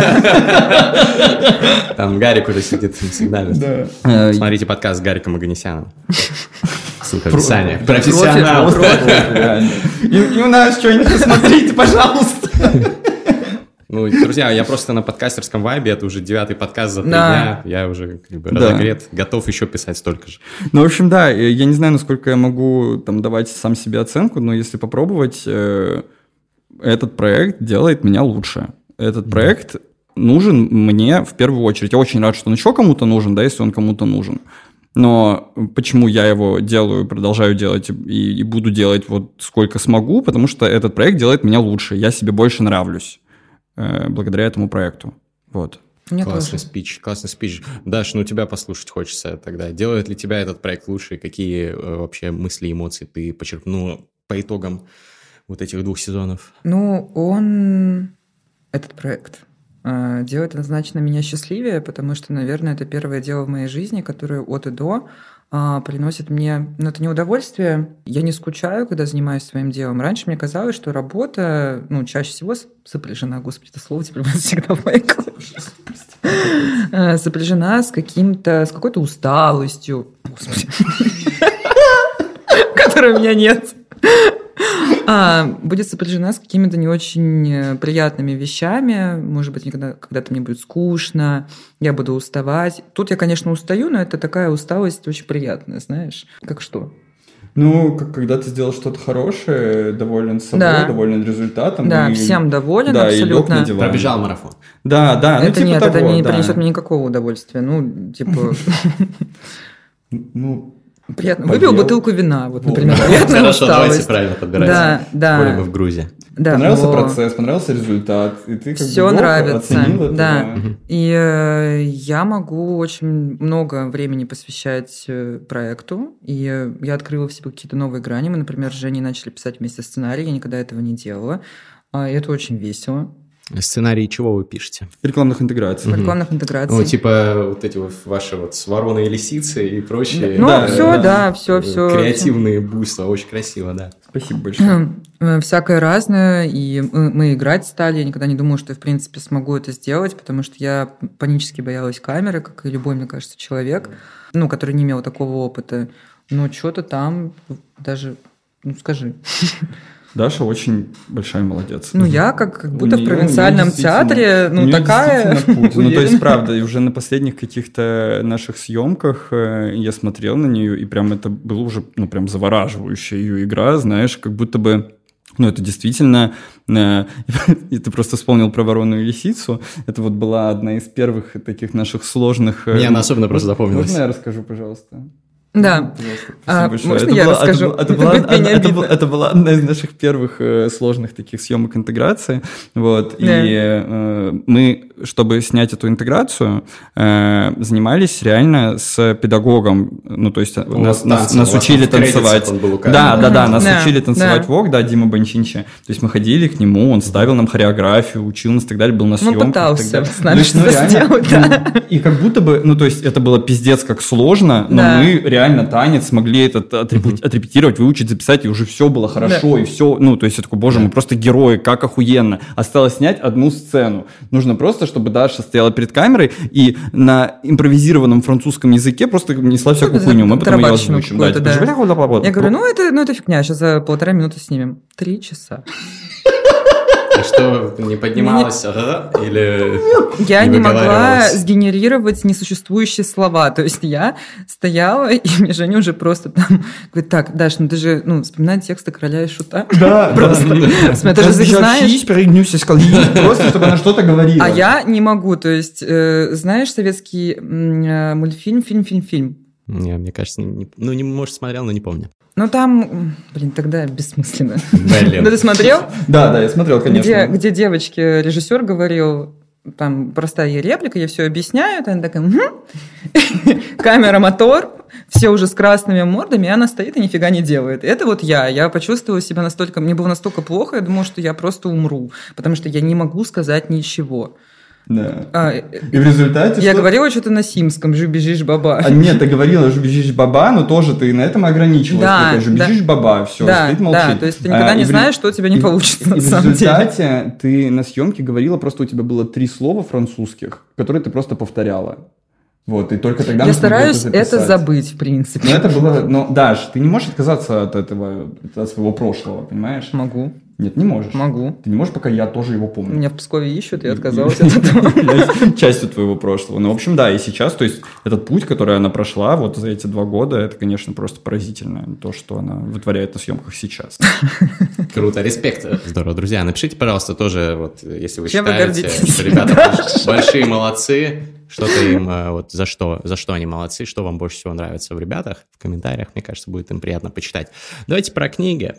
уверен.
Там Гарик уже сидит всегда. Смотрите подкаст с Гариком Оганесяном. Ссылка в описании. Профессионал.
И у нас что-нибудь посмотрите, пожалуйста.
Ну, друзья, я просто на подкастерском вайбе, это уже девятый подкаст за три дня, я уже как бы разогрет, готов еще писать столько же.
Ну, в общем, да, я не знаю, насколько я могу там давать сам себе оценку, но если попробовать, этот проект делает меня лучше. Этот проект нужен мне в первую очередь. Я очень рад, что он еще кому-то нужен, да, если он кому-то нужен. Но почему я его делаю, продолжаю делать и, и буду делать вот сколько смогу, потому что этот проект делает меня лучше. Я себе больше нравлюсь э, благодаря этому проекту. Вот.
Мне
классный
тоже.
спич, классный спич. Даш, ну тебя послушать хочется тогда. Делает ли тебя этот проект лучше? Какие э, вообще мысли, эмоции ты почерпнул по итогам вот этих двух сезонов?
Ну, он, этот проект, делает однозначно меня счастливее, потому что, наверное, это первое дело в моей жизни, которое от и до приносит мне, ну, это не удовольствие. Я не скучаю, когда занимаюсь своим делом. Раньше мне казалось, что работа, ну, чаще всего сопряжена, господи, это слово теперь всегда в моей голове, сопряжена с каким-то, с какой-то усталостью, господи, которой у меня нет. А, будет сопряжена с какими-то не очень приятными вещами. Может быть, когда, когда-то мне будет скучно, я буду уставать. Тут я, конечно, устаю, но это такая усталость очень приятная, знаешь. Как что?
Ну, как, когда ты сделал что-то хорошее, доволен собой,
да.
доволен результатом.
Да,
и,
всем доволен,
да,
абсолютно.
И лег на диван.
Пробежал марафон.
Да, да. Ну,
это
типа
нет,
того,
это не
да.
принесет мне никакого удовольствия. Ну, типа...
Ну...
Приятно. Выпил бутылку вина, вот, например.
Приятная усталость. Хорошо, давайте правильно подбирать.
Да, да.
Более мы в Грузии.
Да,
понравился
о...
процесс, понравился результат, и ты как
все
бы
нравится,
оценил это.
Да.
Да.
И э, я могу очень много времени посвящать э, проекту, и э, я открыла в себе какие-то новые грани. Мы, например, с Женей начали писать вместе сценарий, я никогда этого не делала, а, и это очень весело.
Сценарий чего вы пишете?
Рекламных интеграций.
Рекламных интеграций.
Ну, типа вот эти вот ваши вот с вороной и лисицы и прочие.
Ну,
да,
все,
да,
да, все, все.
Креативные буйства, очень красиво, да.
Спасибо большое.
Всякое разное, и мы играть стали. Я никогда не думала, что я, в принципе, смогу это сделать, потому что я панически боялась камеры, как и любой, мне кажется, человек, ну, который не имел такого опыта. Но что-то там даже, ну, скажи...
Даша очень большая молодец.
Ну, я как, как будто
нее,
в провинциальном театре, ну, такая...
Ну, то есть, правда, и уже на последних каких-то наших съемках я смотрел на нее, и прям это было уже, ну, прям завораживающая ее игра, знаешь, как будто бы... Ну, это действительно... Э, и ты просто вспомнил про ворону и лисицу. Это вот была одна из первых таких наших сложных...
Мне она особенно просто запомнилась.
Можно я расскажу, пожалуйста?
Да. А, можно
это
я
была,
расскажу?
Это, это, была, это, это, была, это была одна из наших первых э, сложных таких съемок интеграции. Вот. Да. И э, мы, чтобы снять эту интеграцию, э, занимались реально с педагогом. Ну, то есть нас, нас, нас учили танцевать. Да, да, да, нас да, учили танцевать да. вок, да, Дима Банчинчи. То есть мы ходили к нему, он ставил нам хореографию, учил нас и так далее, был на съемках.
Он пытался
с
нами что-то сделать, да.
И как будто бы, ну, то есть это было пиздец как сложно, но да. мы реально реально танец смогли этот отрепетировать, отрепетировать, выучить, записать, и уже все было хорошо, да. и все, ну, то есть я такой, боже, мы просто герои, как охуенно. Осталось снять одну сцену. Нужно просто, чтобы Даша стояла перед камерой и на импровизированном французском языке просто несла всякую хуйню, мы потом ее озвучим. Да,
да. Я говорю, ну это, ну это фигня, сейчас за полтора минуты снимем. Три часа.
Что, не поднималась? Ага, или
я не, не могла сгенерировать несуществующие слова. То есть я стояла, и мне Женя уже просто там говорит, так, Даш, ну ты же ну, вспоминай тексты «Короля и Шута».
Да,
просто. Ты же знаешь.
Перегнусь из колеи, просто чтобы она что-то говорила.
А я не могу. То есть, знаешь, советский мультфильм «Фильм, фильм, фильм»?
Не, мне кажется, не, ну, не, может, смотрел, но не помню.
Ну, там, блин, тогда бессмысленно. Блин. Ну, ты смотрел?
Да, да, я смотрел, конечно.
Где, где девочке режиссер говорил, там, простая реплика, я все объясняю, она такая, угу. Камера, мотор, все уже с красными мордами, и она стоит и нифига не делает. Это вот я. Я почувствовала себя настолько, мне было настолько плохо, я думала, что я просто умру, потому что я не могу сказать ничего.
Да. А, и в результате...
Я что... говорила что-то на симском, жу-бежишь баба.
А нет, ты говорила жу-бежишь баба, но тоже ты на этом ограничивалась. Да, жу-бежишь да. баба, все,
да,
стоит молчит.
Да, то есть ты никогда а, не знаешь, в... что у тебя не и, получится, и, на
и
самом
деле. И в результате
деле.
ты на съемке говорила, просто у тебя было три слова французских, которые ты просто повторяла. Вот, и только тогда
я стараюсь это, это забыть, в принципе.
Но это было... Но, Даш, ты не можешь отказаться от этого, от своего прошлого, понимаешь?
Могу.
Нет, не можешь.
Могу.
Ты не можешь, пока я тоже его помню.
Меня в Пскове ищут, я отказалась от этого.
Частью твоего прошлого. Ну, в общем, да, и сейчас, то есть, этот путь, который она прошла вот за эти два года, это, конечно, просто поразительно, то, что она вытворяет на съемках сейчас.
Круто, респект. Здорово, друзья, напишите, пожалуйста, тоже, вот, если вы считаете, что ребята большие молодцы, что-то им, вот, за что, за что они молодцы, что вам больше всего нравится в ребятах, в комментариях, мне кажется, будет им приятно почитать. Давайте про книги.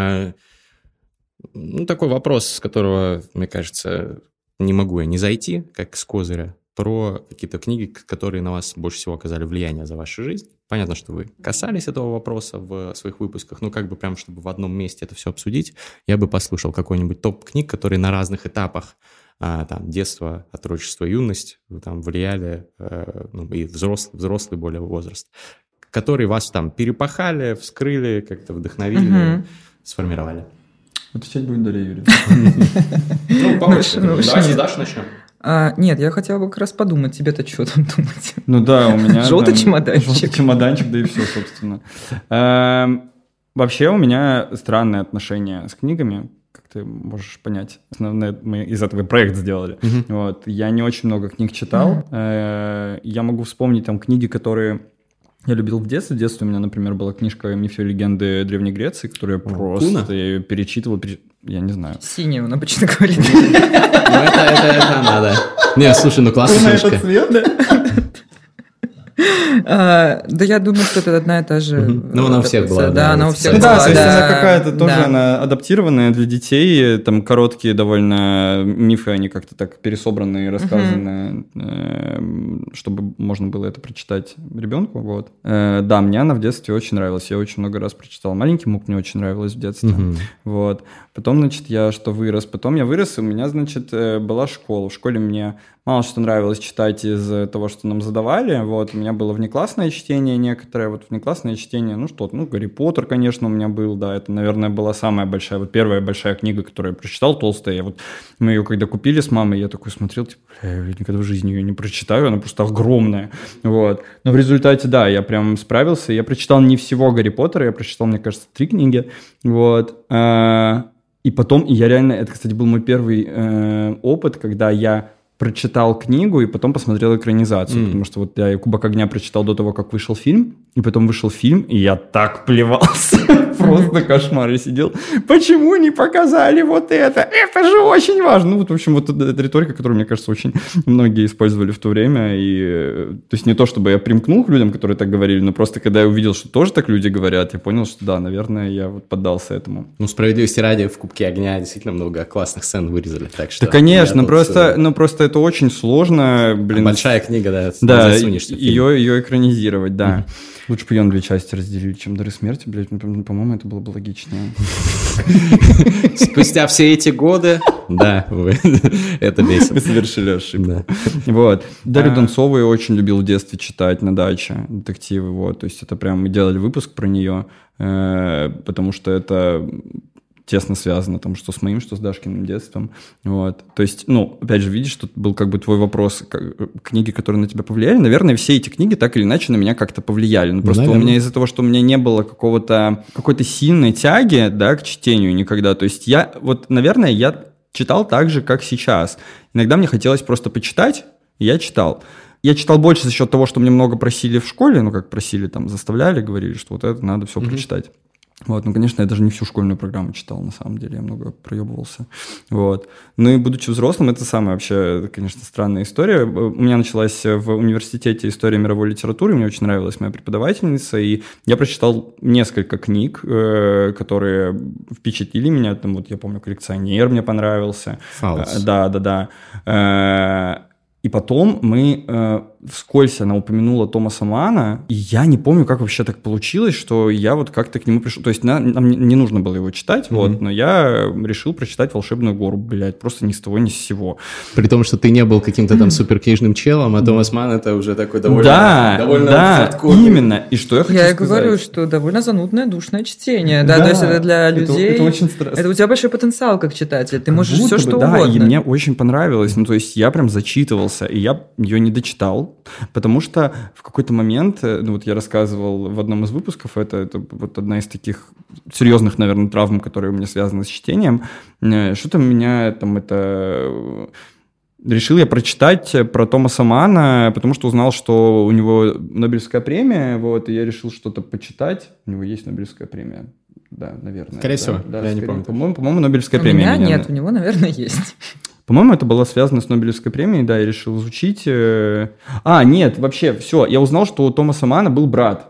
Ну, такой вопрос, с которого, мне кажется, не могу я не зайти, как с козыря, про какие-то книги, которые на вас больше всего оказали влияние за вашу жизнь. Понятно, что вы касались этого вопроса в своих выпусках, но как бы прям, чтобы в одном месте это все обсудить, я бы послушал какой-нибудь топ книг, которые на разных этапах а, там, детство, отрочество, юность там, влияли, а, ну, и взрослый, взрослый более возраст, которые вас там перепахали, вскрыли, как-то вдохновили, mm-hmm. сформировали.
Отвечать будет Дарья Юрьевна.
Ну, помочь. Давайте с Дашей начнем.
А, нет, я хотела бы как раз подумать, тебе-то что там думать?
Ну да, у меня...
Желтый чемоданчик.
Желтый чемоданчик, да и все, собственно. Вообще у меня странное отношение с книгами, как ты можешь понять. Основное, мы из этого проект сделали. Вот. Я не очень много книг читал. Я могу вспомнить там книги, которые... я любил в детстве. В детстве у меня, например, была книжка «Мифы и легенды Древней Греции», которую я просто
Куна?
я ее перечитывал, пере... я не знаю.
Синяя, он обычно говорит.
Ну, это, это, это она, да. Не, слушай, ну классная книжка.
цвет, да?
А, да я думаю, что это одна и та же.
Ну, она у всех была.
Да, она у всех
Да,
была.
то есть
да,
она какая-то тоже,
да.
она адаптированная для детей, там короткие довольно мифы, они как-то так пересобраны и рассказаны, э, чтобы можно было это прочитать ребенку, вот. Э, да, мне она в детстве очень нравилась, я очень много раз прочитал. «Маленький Мук» мне очень нравилась в детстве,
Мгм.
вот. Потом, значит, я что вырос, потом я вырос, и у меня, значит, э, была школа. В школе мне мало что нравилось читать из того, что нам задавали, вот. У меня было внеклассное чтение некоторое, вот внеклассное чтение, ну что-то, ну, «Гарри Поттер», конечно, у меня был, да, это, наверное, была самая большая, вот первая большая книга, которую я прочитал, толстая, я вот, мы ее когда купили с мамой, я такой смотрел, типа, бля, я никогда в жизни ее не прочитаю, она просто огромная, вот. Но в результате, да, я прям справился, я прочитал не всего «Гарри Поттера», я прочитал, мне кажется, три книги, вот. И потом, и я реально, это, кстати, был мой первый э, опыт, когда я прочитал книгу и потом посмотрел экранизацию, mm. потому что вот я «Кубок огня» прочитал до того, как вышел фильм, и потом вышел фильм, и я так плевался, просто кошмар, я сидел, почему не показали вот это, это же очень важно, ну вот, в общем, вот эта риторика, которую, мне кажется, очень многие использовали в то время, и, то есть не то, чтобы я примкнул к людям, которые так говорили, но просто когда я увидел, что тоже так люди говорят, я понял, что да, наверное, я вот поддался этому.
Ну, справедливости ради, в «Кубке огня» действительно много классных сцен вырезали, так что...
Да, конечно,
тут,
просто, ну, просто это очень сложно, блин.
Большая книга, да,
да,
засунешься в фильм.
ее, ее экранизировать, да. Mm-hmm. Лучше бы ее на две части разделили, чем «Дары смерти», блядь, по-моему, это было бы логичнее.
Спустя все эти годы, да, вы, это бесит.
Вы совершили ошибку. Вот. Дарью Донцову я очень любил в детстве читать на даче, детективы, вот, то есть это прям, мы делали выпуск про нее, потому что это... тесно связано, там, что с моим, что с Дашкиным детством, вот, то есть, ну, опять же, видишь, тут был как бы твой вопрос, как, книги, которые на тебя повлияли, наверное, все эти книги так или иначе на меня как-то повлияли, ну, просто наверное. У меня из-за того, что у меня не было какого-то, какой-то сильной тяги, да, к чтению никогда, то есть я, вот, наверное, я читал так же, как сейчас, иногда мне хотелось просто почитать, и я читал. Я читал больше за счет того, что мне много просили в школе, ну, как просили, там, заставляли, говорили, что вот это надо все mm-hmm. прочитать. Вот, ну, конечно, я даже не всю школьную программу читал, на самом деле, я много проебывался, вот. Ну и будучи взрослым, это самая вообще, конечно, странная история. У меня началась в университете история мировой литературы, мне очень нравилась моя преподавательница, и я прочитал несколько книг, э, которые впечатлили меня, там вот, я помню, «Коллекционер» мне понравился.
Фаус.
Да, да, да. Э, и потом мы, э, вскользь она упомянула Томаса Манна, и я не помню, как вообще так получилось, что я вот как-то к нему пришел. То есть на, нам не нужно было его читать, mm-hmm. вот, но я решил прочитать «Волшебную гору», блядь, просто ни с того, ни с сего.
При том, что ты не был каким-то там суперкнижным челом, а Томас Манн это уже такой довольно...
Да,
довольно
да,
хардкорный.
именно. И что я хочу
я
сказать?
Я говорю, что довольно занудное, душное чтение, да, да, то есть это для людей...
Это, это очень страшно.
Это у тебя большой потенциал как читатель, ты можешь
Будто
все,
бы,
что
да,
угодно.
И мне очень понравилось, ну, то есть я прям зачитывался, и я ее не дочитал, потому что в какой-то момент, ну, вот я рассказывал в одном из выпусков, это, это вот одна из таких серьезных, наверное, травм, которые у меня связаны с чтением, что-то меня там это... Решил я прочитать про Томаса Манна, потому что узнал, что у него Нобелевская премия, вот, и я решил что-то почитать. У него есть Нобелевская премия. Да, наверное.
Скорее
да,
всего,
да,
я
скорее,
не помню.
По-моему, по-моему, Нобелевская
у
премия.
У меня
меня,
нет, у него, наверное, есть.
По-моему, это было связано с Нобелевской премией, да, я решил изучить. А, нет, вообще, все, я узнал, что у Томаса Манна был брат.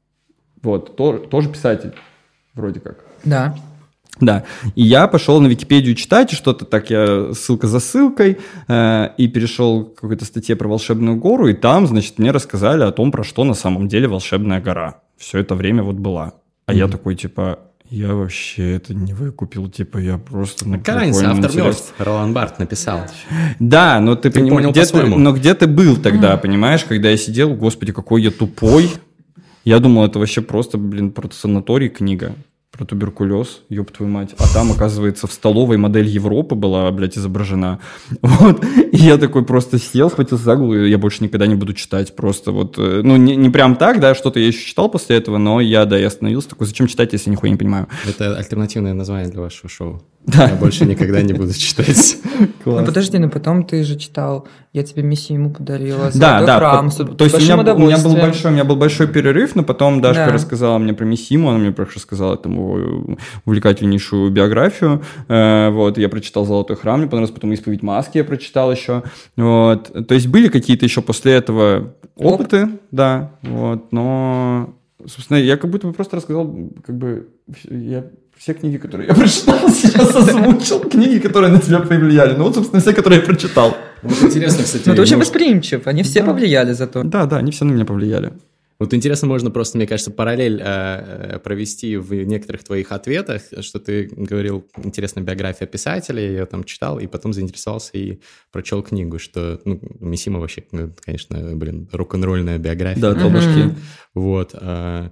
Вот, то, тоже писатель, вроде как.
Да.
Да, и я пошел на Википедию читать, и что-то так, я ссылка за ссылкой, э, и перешел к какой-то статье про волшебную гору, и там, значит, мне рассказали о том, про что на самом деле волшебная гора. Все это время вот была. А mm-hmm. я такой, типа... Я вообще это не выкупил, типа, я просто... Ну,
какая разница, автор мертв, Ролан Барт написал.
Да, но ты,
ты
поним...
понял
где
по-своему.
Ты... Но где ты был тогда, mm. понимаешь, когда я сидел, господи, какой я тупой. Я думал, это вообще просто, блин, про санаторий книга. про туберкулез, ёб твою мать. А там, оказывается, в столовой модель Европы была, блядь, изображена. Вот. И я такой просто сел, схватился за голову, и я больше никогда не буду читать. Просто вот, ну, не, не прям так, да, что-то я еще читал после этого, но я, да, я остановился, такой, зачем читать, если я нихуя не понимаю?
Это альтернативное название для вашего шоу.
Да.
Я больше никогда не буду читать.
Ну, подожди, ну потом ты же читал, я тебе Мисиму подарила,
да, да,
храм,
по, то есть у меня, у меня был большой, у меня был большой перерыв, но потом Дашка да. рассказала мне про Мисиму, она мне рассказала там его увлекательнейшую биографию, э, вот, я прочитал «Золотой храм», мне понравилось, потом «Исповедь маски» я прочитал еще, вот, то есть были какие-то еще после этого опыты, Оп. да, вот, но, собственно, я как будто бы просто рассказал, как бы, я... Все книги, которые я прочитал, сейчас озвучил. Книги, которые на тебя повлияли. Ну вот, собственно, все, которые я прочитал.
Вот интересно, кстати.
Ну ты очень восприимчив. Они все да. повлияли зато.
Да, да, они все на меня повлияли.
Вот интересно, можно просто, мне кажется, параллель э, провести в некоторых твоих ответах, что ты говорил, интересная биография писателя, я ее там читал, и потом заинтересовался и прочел книгу, что, ну, Мисима вообще, конечно, блин, рок-н-ролльная биография.
Да, толбашки.
Вот. Э,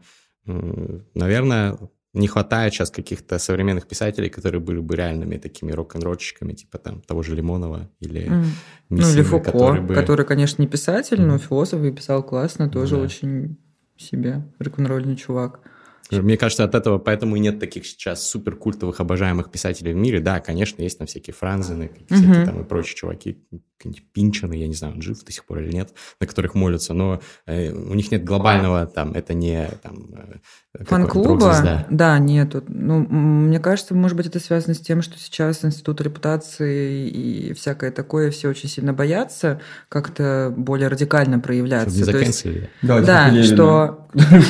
наверное... Не хватает сейчас каких-то современных писателей, которые были бы реальными такими рок-н-ролльщиками, типа там того же Лимонова или mm. Мисимы,
ну, или Фуко, который,
бы...
который, конечно, не писатель, mm. но философ и писал классно, тоже да. очень себе рок-н-ролльный чувак.
Мне кажется, от этого поэтому и нет таких сейчас суперкультовых, обожаемых писателей в мире. Да, конечно, есть там всякие Франзены, всякие mm-hmm. там и прочие чуваки, какие-нибудь Пинчены, я не знаю, он жив до сих пор или нет, на которых молятся, но э, у них нет глобального, там, это не там...
Э, фан-клуба? Да, нету. Ну, мне кажется, может быть, это связано с тем, что сейчас институт репутации и всякое такое все очень сильно боятся как-то более радикально проявляться.
Чтобы не заканчивали.
Да, да что...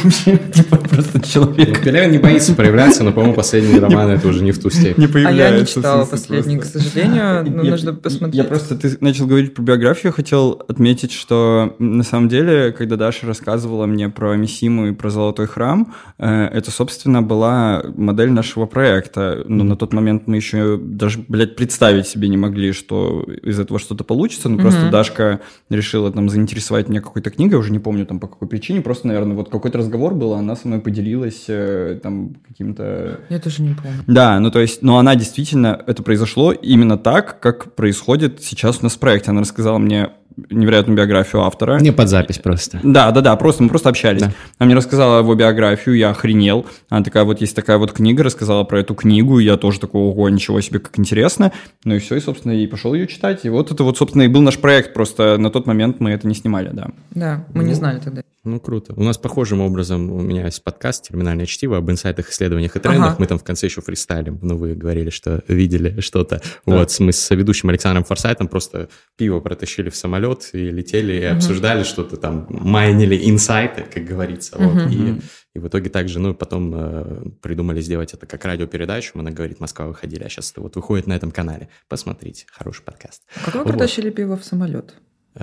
Типа просто человек.
Пелевин не боится проявляться, но, по-моему, последние романы это уже не в ту степень.
А я не читала последний, к сожалению, но нужно посмотреть.
Я просто, ты начал говорить про биографию, хотел отметить, что на самом деле, когда Даша рассказывала мне про Мисиму и про «Золотой храм», это, собственно, была модель нашего проекта. Но на тот момент мы еще даже, блядь, представить себе не могли, что из этого что-то получится. Ну, просто mm-hmm. Дашка решила там заинтересовать меня какой-то книгой, уже не помню там по какой причине, просто, наверное, вот какой-то разговор был, она со мной поделилась э, там каким-то...
Я тоже не помню.
Да, ну то есть, но она действительно, это произошло именно так, как происходит сейчас у нас в проекте. Она рассказала мне невероятную биографию автора.
Не под запись просто.
Да, да, да, просто мы просто общались.
Да.
Она мне рассказала его биографию, я охренел. Она такая, вот есть такая вот книга, рассказала про эту книгу, и я тоже такой, ого, ничего себе, как интересно. Ну и все, и, собственно, и пошел ее читать. И вот это вот, собственно, и был наш проект, просто на тот момент мы это не снимали, да.
Да, мы ну, не знали тогда.
Ну, круто. У нас похожим образом, у меня есть подкаст «Терминальное чтиво» об инсайтах, исследованиях и трендах. Ага. Мы там в конце еще фристайлим. Ну, вы говорили, что видели что-то. Да. Вот, мы с ведущим Александром Форсайтом просто пиво протащили в самолет и летели, и угу. обсуждали что-то там, майнили инсайты, как говорится. Угу. Вот. И, и в итоге также, ну, потом э, придумали сделать это как радиопередачу. Она говорит, Москва выходили, а сейчас это вот выходит на этом канале. Посмотрите, хороший подкаст.
Как вы протащили вот. пиво в самолет?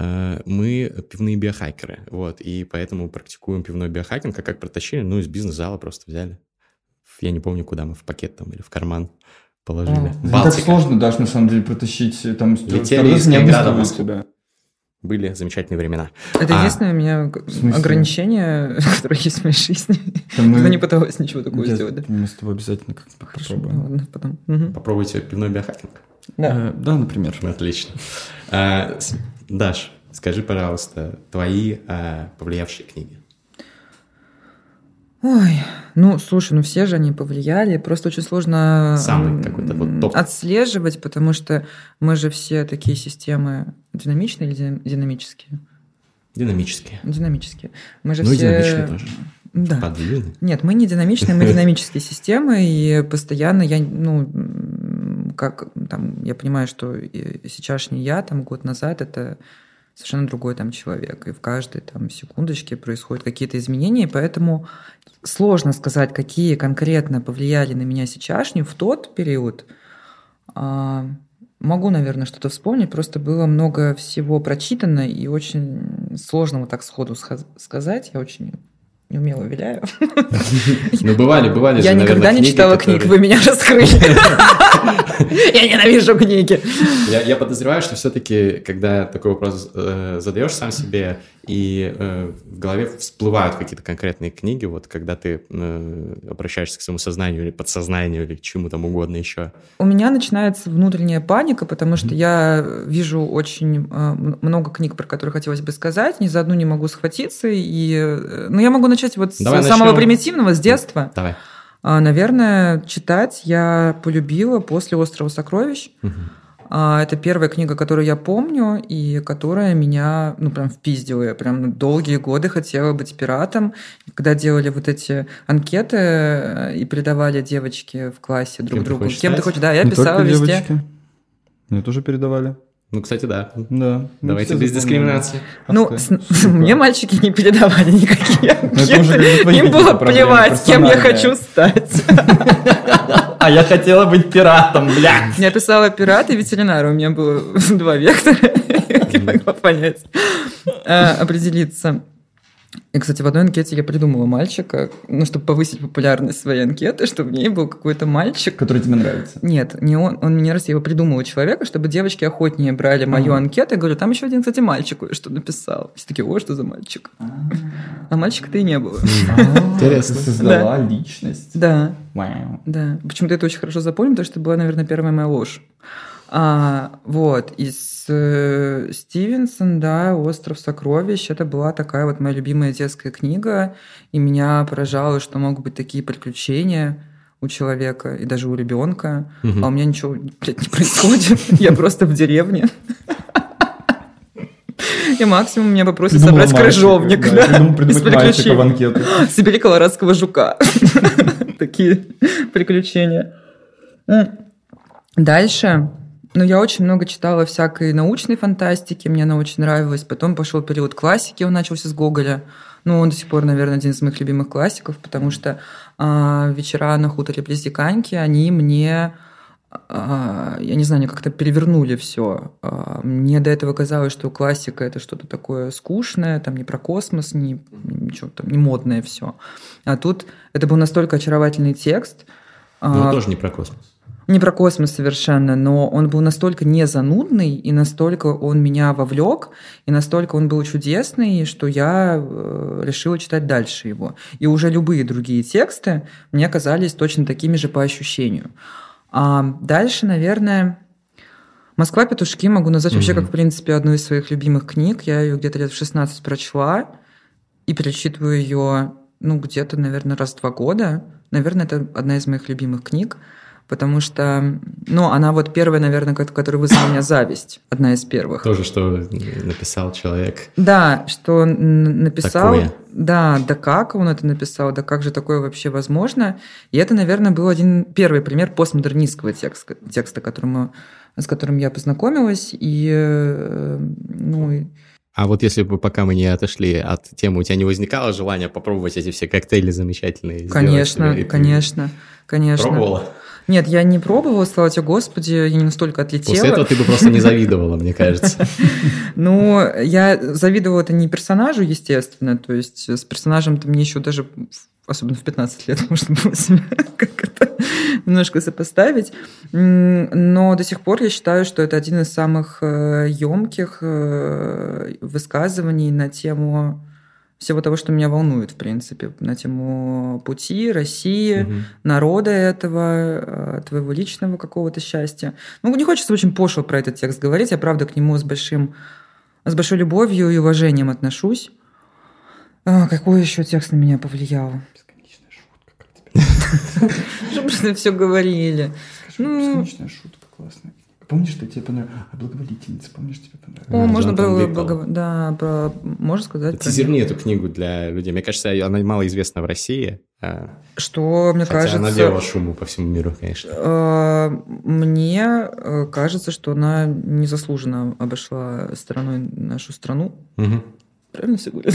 Мы пивные биохакеры, вот, и поэтому практикуем пивной биохакинг, а как протащили, ну, из бизнес-зала просто взяли, я не помню, куда мы, в пакет там или в карман положили.
А, так сложно даже, на самом деле, протащить, там,
летели из Ленинграда в Москву. Были замечательные времена.
Это а, единственное у меня ограничение, которое есть в моей жизни. Я не пыталась ничего такого
я,
сделать. Да?
Мы с тобой обязательно как-то попробуем.
Ну, ладно, потом.
Угу. Попробуйте пивной биохакинг.
Да, а, да, например.
Отлично. А, Даш, скажи, пожалуйста, твои а, повлиявшие книги.
Ой, ну, слушай, ну все же они повлияли, просто очень сложно
Самый какой-то вот топ.
отслеживать, потому что мы же все такие системы динамичные или динамические?
Динамические.
Динамические. Мы же
ну,
все...
и динамичные тоже.
Да.
Подвижные.
Нет, мы не динамичные, мы динамические системы, и постоянно я, ну, как там, я понимаю, что сейчасшний я, там, год назад, это совершенно другой там человек, и в каждой там секундочке происходят какие-то изменения, поэтому сложно сказать, какие конкретно повлияли на меня сейчасшнюю в тот период. А, могу, наверное, что-то вспомнить, просто было много всего прочитано, и очень сложно вот так сходу сказать, я очень... неумело виляю.
Ну, бывали, бывали
Я
же,
никогда
наверное,
не читала
которые...
книг, вы меня раскрыли. Я ненавижу книги.
Я, я подозреваю, что все-таки, когда такой вопрос э, задаешь сам себе, и э, в голове всплывают какие-то конкретные книги, вот когда ты э, обращаешься к своему сознанию или подсознанию, или к чему там угодно еще.
У меня начинается внутренняя паника, потому что mm-hmm. я вижу очень э, много книг, про которые хотелось бы сказать, ни за одну не могу схватиться. И, э, ну, я могу начать вот Давай с начнем. самого примитивного, с детства.
Давай.
Наверное, читать я полюбила после «Острова сокровищ». Угу. Это первая книга, которую я помню, и которая меня, ну, прям впиздила. Я прям долгие годы хотела быть пиратом. Когда делали вот эти анкеты и передавали девочки в классе друг
Кем
другу.
Ты
Кем
стать?
ты хочешь? Да, я
Не
писала
только
везде.
Девочки. Мне тоже передавали.
Ну, кстати, да.
Да.
Давайте без дискриминации.
Ну, с, мне мальчики не передавали никакие анкеты. Им было плевать, кем я хочу стать.
А я хотела быть пиратом, блядь.
Я писала пират и ветеринар. У меня было два вектора. Я не могла понять, определиться. И, кстати, в одной анкете я придумала мальчика, ну, чтобы повысить популярность своей анкеты, чтобы в ней был какой-то мальчик.
Который тебе нравится?
Нет, не он, он мне раз я его придумала человека, чтобы девочки охотнее брали мою ага. анкету. Я говорю, там еще один, кстати, мальчик кое-что написал. Все такие, о, что за мальчик? А, а мальчика-то и не было.
Интересно. Ты создала личность.
Да. Да. Почему-то это очень хорошо запомнил, потому что это была, наверное, первая моя ложь. А, вот, из э, Стивенсон, да, «Остров сокровищ», это была такая вот моя любимая детская книга, и меня поражало, что могут быть такие приключения у человека и даже у ребенка, угу. а у меня ничего, блядь, не происходит, я просто в деревне. И максимум меня попросят собрать крыжовник из приключений. Сибири колорадского жука. Такие приключения. Дальше... Ну, я очень много читала всякой научной фантастики, мне она очень нравилась. Потом пошел период классики, он начался с Гоголя. Ну, он до сих пор, наверное, один из моих любимых классиков, потому что э, вечера на хуторе близ Диканьки, они мне, э, я не знаю, они как-то перевернули все. Э, мне до этого казалось, что классика – это что-то такое скучное, там не про космос, не, ничего там, не модное все. А тут это был настолько очаровательный текст.
Но он тоже не про космос.
Не про космос совершенно, но он был настолько незанудный, и настолько он меня вовлек, и настолько он был чудесный, что я решила читать дальше его. И уже любые другие тексты мне казались точно такими же по ощущению. А дальше, наверное, «Москва-петушки» могу назвать mm-hmm. вообще как, в принципе, одну из своих любимых книг. Я ее где-то лет в шестнадцать прочла и перечитываю ее, ну, где-то, наверное, раз в два года. Наверное, это одна из моих любимых книг. Потому что, ну, она вот первая, наверное, которая вызвала у меня зависть. Одна из первых.
Тоже, что написал человек.
Да, что написал.
Такое.
Да, да как он это написал, да как же такое вообще возможно. И это, наверное, был один первый пример постмодернистского текста, текста которому, с которым я познакомилась. И, ну...
А вот если бы, пока мы не отошли от темы, у тебя не возникало желания попробовать эти все коктейли замечательные?
Конечно,
сделать,
конечно, конечно.
Пробовала?
Нет, я не пробовала, слава тебе Господи, я не настолько отлетела.
После этого ты бы просто не завидовала, мне кажется.
Ну, я завидовала это не персонажу, естественно, то есть с персонажем-то мне еще даже, особенно в пятнадцать лет, можно было себя как-то немножко сопоставить, но до сих пор я считаю, что это один из самых емких высказываний на тему... всего того, что меня волнует, в принципе, на тему пути, России, угу. народа этого, твоего личного какого-то счастья. Ну, не хочется очень пошло про этот текст говорить, я, правда, к нему с, большим, с большой любовью и уважением отношусь. А, какой еще текст на меня повлиял?
Бесконечная шутка, как тебе?
Что просто все говорили.
Бесконечная шутка, классная. Помнишь, что тебе понравилось? А благоволительница, помнишь, тебе понравилось?
О, можно было благо... Да, про... можно сказать.
Тизерни эту книгу для людей. Мне кажется, она мало известна в России.
Что, мне
Хотя
кажется...
она делала шуму по всему миру, конечно.
Мне кажется, что она незаслуженно обошла стороной нашу страну.
Угу.
Правильно все говорят?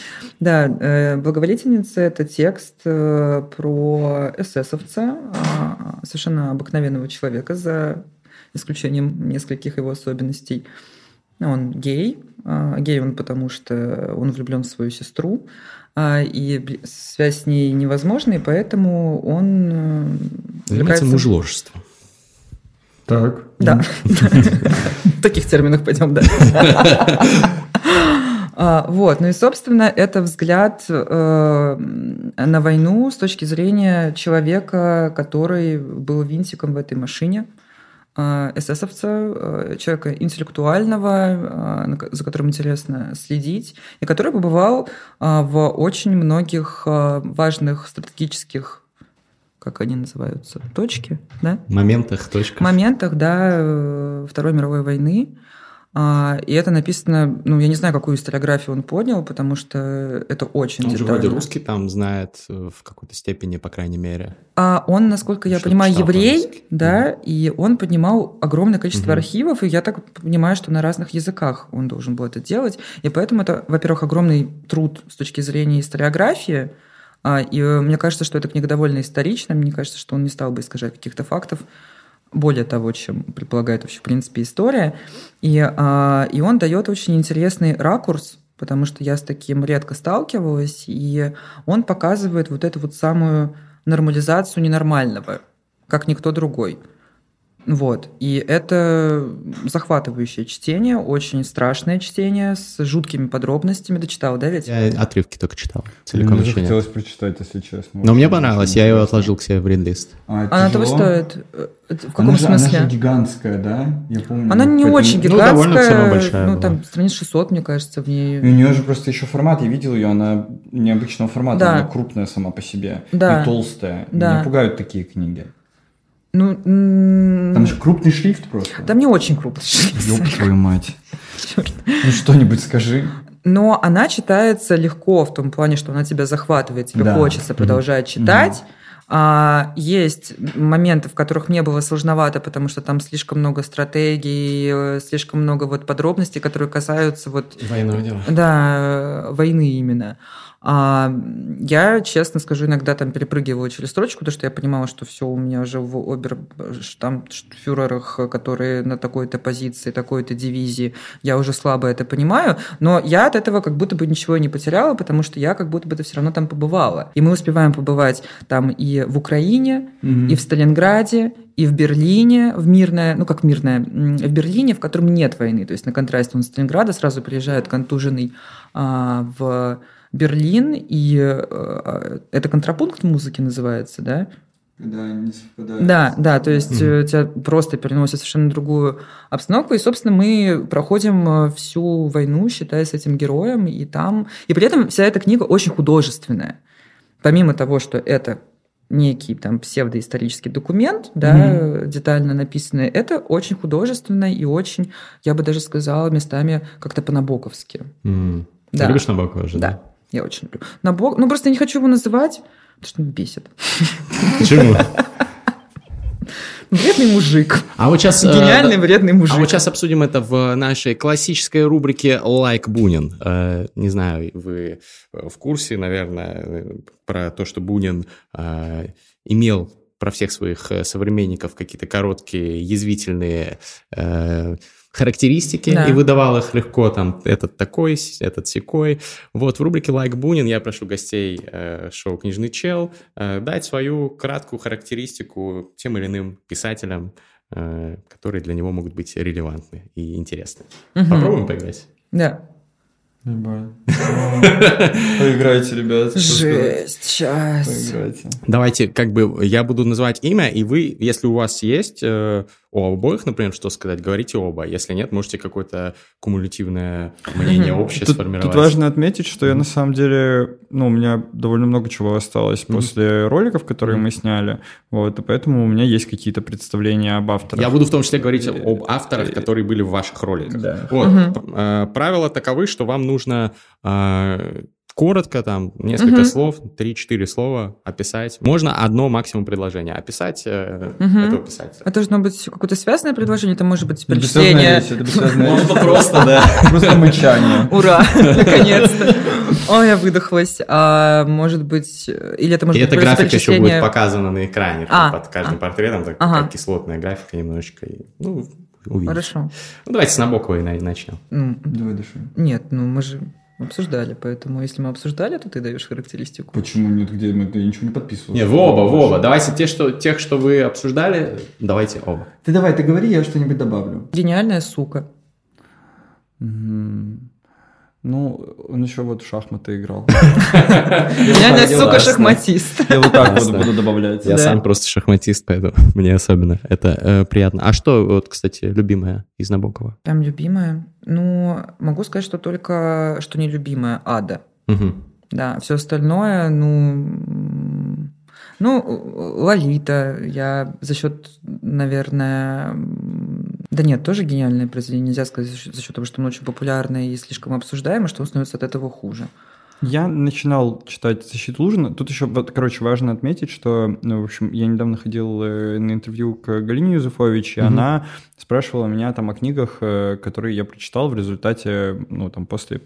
Да, «Благоволительница» — это текст про эсэсовца, совершенно обыкновенного человека, за исключением нескольких его особенностей. Он гей. Гей он потому, что он влюблен в свою сестру, и связь с ней невозможна, и поэтому он...
Занимается мужеложеством.
Так.
Да. В таких терминах пойдем, да. Вот, ну и, собственно, это взгляд на войну с точки зрения человека, который был винтиком в этой машине, эсэсовца, человека интеллектуального, за которым интересно следить, и который побывал в очень многих важных стратегических, как они называются, точки, да?
Моментах, точках.
Моментах, да, Второй мировой войны. И это написано, ну, я не знаю, какую историографию он поднял, потому что это очень
он
детально.
Он же вроде русский там знает в какой-то степени, по крайней мере.
А он, насколько я
Что
понимаю, еврей,
по-русски.
да, mm-hmm. и он поднимал огромное количество
Mm-hmm.
архивов, и я так понимаю, что на разных языках он должен был это делать. И поэтому это, во-первых, огромный труд с точки зрения историографии, и мне кажется, что эта книга довольно исторична, мне кажется, что он не стал бы искажать каких-то фактов, более того, чем предполагает вообще, в принципе, история. И, а, и он дает очень интересный ракурс, потому что я с таким редко сталкивалась, и он показывает вот эту вот самую нормализацию ненормального, как никто другой. Вот. И это захватывающее чтение, очень страшное чтение, с жуткими подробностями. Ты читал, да, ведь?
Я отрывки только читал. Целиком
мне
еще нет.
хотелось прочитать, если честно.
Но мне понравилось, я его отложил к себе в рид-лист.
А,
Она того стоит? В каком
она
смысле?
Же, она же гигантская, да? Я помню.
Она не
поэтому...
очень
Ну,
гигантская.
довольно все равно большая
Ну,
была.
там страниц шестьсот, мне кажется, в ней.
И у нее же просто еще формат, я видел ее, она необычного формата,
Да.
она крупная сама по себе.
Да.
И толстая.
Да.
Меня пугают такие книги.
Ну,
Там же крупный шрифт просто.
Там не очень крупный шрифт.
Ёб твою мать. Ну что-нибудь скажи.
Но она читается легко в том плане, что она тебя захватывает, тебе
Да.
хочется продолжать читать. А, есть моменты, в которых мне было сложновато, потому что там слишком много стратегий, слишком много вот подробностей, которые касаются вот...
Военного дела.
Да, войны именно. А, я, честно скажу, иногда там перепрыгивала через строчку, потому что я понимала, что все у меня уже в оберштамфюрерах, которые на такой-то позиции, такой-то дивизии, я уже слабо это понимаю, но я от этого как будто бы ничего не потеряла, потому что я как будто бы все равно там побывала. И мы успеваем побывать там и в Украине, mm-hmm. и в Сталинграде, и в Берлине, в мирное, ну как мирное, в Берлине, в котором нет войны. То есть на контрасте он с Сталинграда сразу приезжает контуженный а, в Берлин, и э, это контрапункт музыки называется, да?
Да, не совпадает.
Да, да, то есть
Mm-hmm.
тебя просто переносят в совершенно другую обстановку, и, собственно, мы проходим всю войну, считаясь этим героем, и там... И при этом вся эта книга очень художественная. Помимо того, что это некий там псевдоисторический документ, да, mm-hmm. детально написанный, это очень художественно и очень, я бы даже сказала, местами как-то по-набоковски.
Mm-hmm.
Да.
Ты любишь Набокова же,
да?
Да.
Я очень люблю. Набок... Ну, просто я не хочу его называть, потому что он бесит.
Почему?
Вредный мужик.
А вот сейчас,
Гениальный вредный мужик.
А вот сейчас обсудим это в нашей классической рубрике «Лайк Бунин». Не знаю, вы в курсе, наверное, про то, что Бунин имел про всех своих современников какие-то короткие, язвительные характеристики, да. И выдавал их легко, там, этот такой, этот сякой. Вот, в рубрике «Лайк Бунин» я прошу гостей э, шоу «Книжный чел» э, дать свою краткую характеристику тем или иным писателям, э, которые для него могут быть релевантны и интересны. Угу. Попробуем поиграть?
Да.
Поиграйте, ребят.
Жесть, сейчас.
Поиграйте.
Давайте, как бы, я буду называть имя, и вы, если у вас есть э, у обоих, например, что сказать, говорите оба. Если нет, можете какое-то кумулятивное мнение общее
тут,
сформировать.
Тут важно отметить, что я на самом деле, ну, у меня довольно много чего осталось mm-hmm. после роликов, которые mm-hmm. мы сняли, вот, и поэтому у меня есть какие-то представления об авторах.
Я буду в том числе говорить об авторах, которые были в ваших роликах.
Да.
Вот,
mm-hmm.
правила таковы, что вам нужно э, коротко, там, несколько mm-hmm. слов, три-четыре слова описать. Можно одно максимум предложение описать, э, mm-hmm. это описать.
Это должно быть какое-то связанное предложение, это может быть
это
перечисление.
Это бессвязная речь.
Можно просто, да.
Просто мычание.
Ура, наконец-то. Ой, я выдохлась. А может быть... Или это может
И
быть
эта графика
перечисление...
еще будет показана на экране,
а,
под каждым
а.
портретом, так,
ага.
как кислотная графика немножечко. Ну, увидите.
Хорошо.
Ну, давайте с Набоковой начнем.
Ну,
Давай души.
нет, ну мы же... Обсуждали, поэтому если мы обсуждали, то ты даешь характеристику.
Почему нет? Где мы? Я ничего не подписывал.
Не, вы оба, вы оба. Давайте те, что, тех, что вы обсуждали, давайте оба.
Ты давай, ты говори, я что-нибудь добавлю.
Гениальная сука.
Mm-hmm. Ну, он еще вот в шахматы играл.
Гениальная сука шахматист.
Я вот так вот буду добавлять.
Я сам просто шахматист, поэтому мне особенно это приятно. А что, вот, кстати, любимое из Набокова?
Прям любимое? Ну, могу сказать, что только, что не любимое, Ада. Да, все остальное, ну... Ну, Лолита, я за счет, наверное... Да нет, тоже гениальное произведение. Нельзя сказать за счет, за счет того, что оно очень популярное и слишком обсуждаемое, что он становится от этого хуже.
Я начинал читать «Защиту Лужина». Тут еще, короче, важно отметить, что, ну, в общем, я недавно ходил на интервью к Галине Юзефович, и угу. она спрашивала меня там о книгах, которые я прочитал в результате, ну, там, после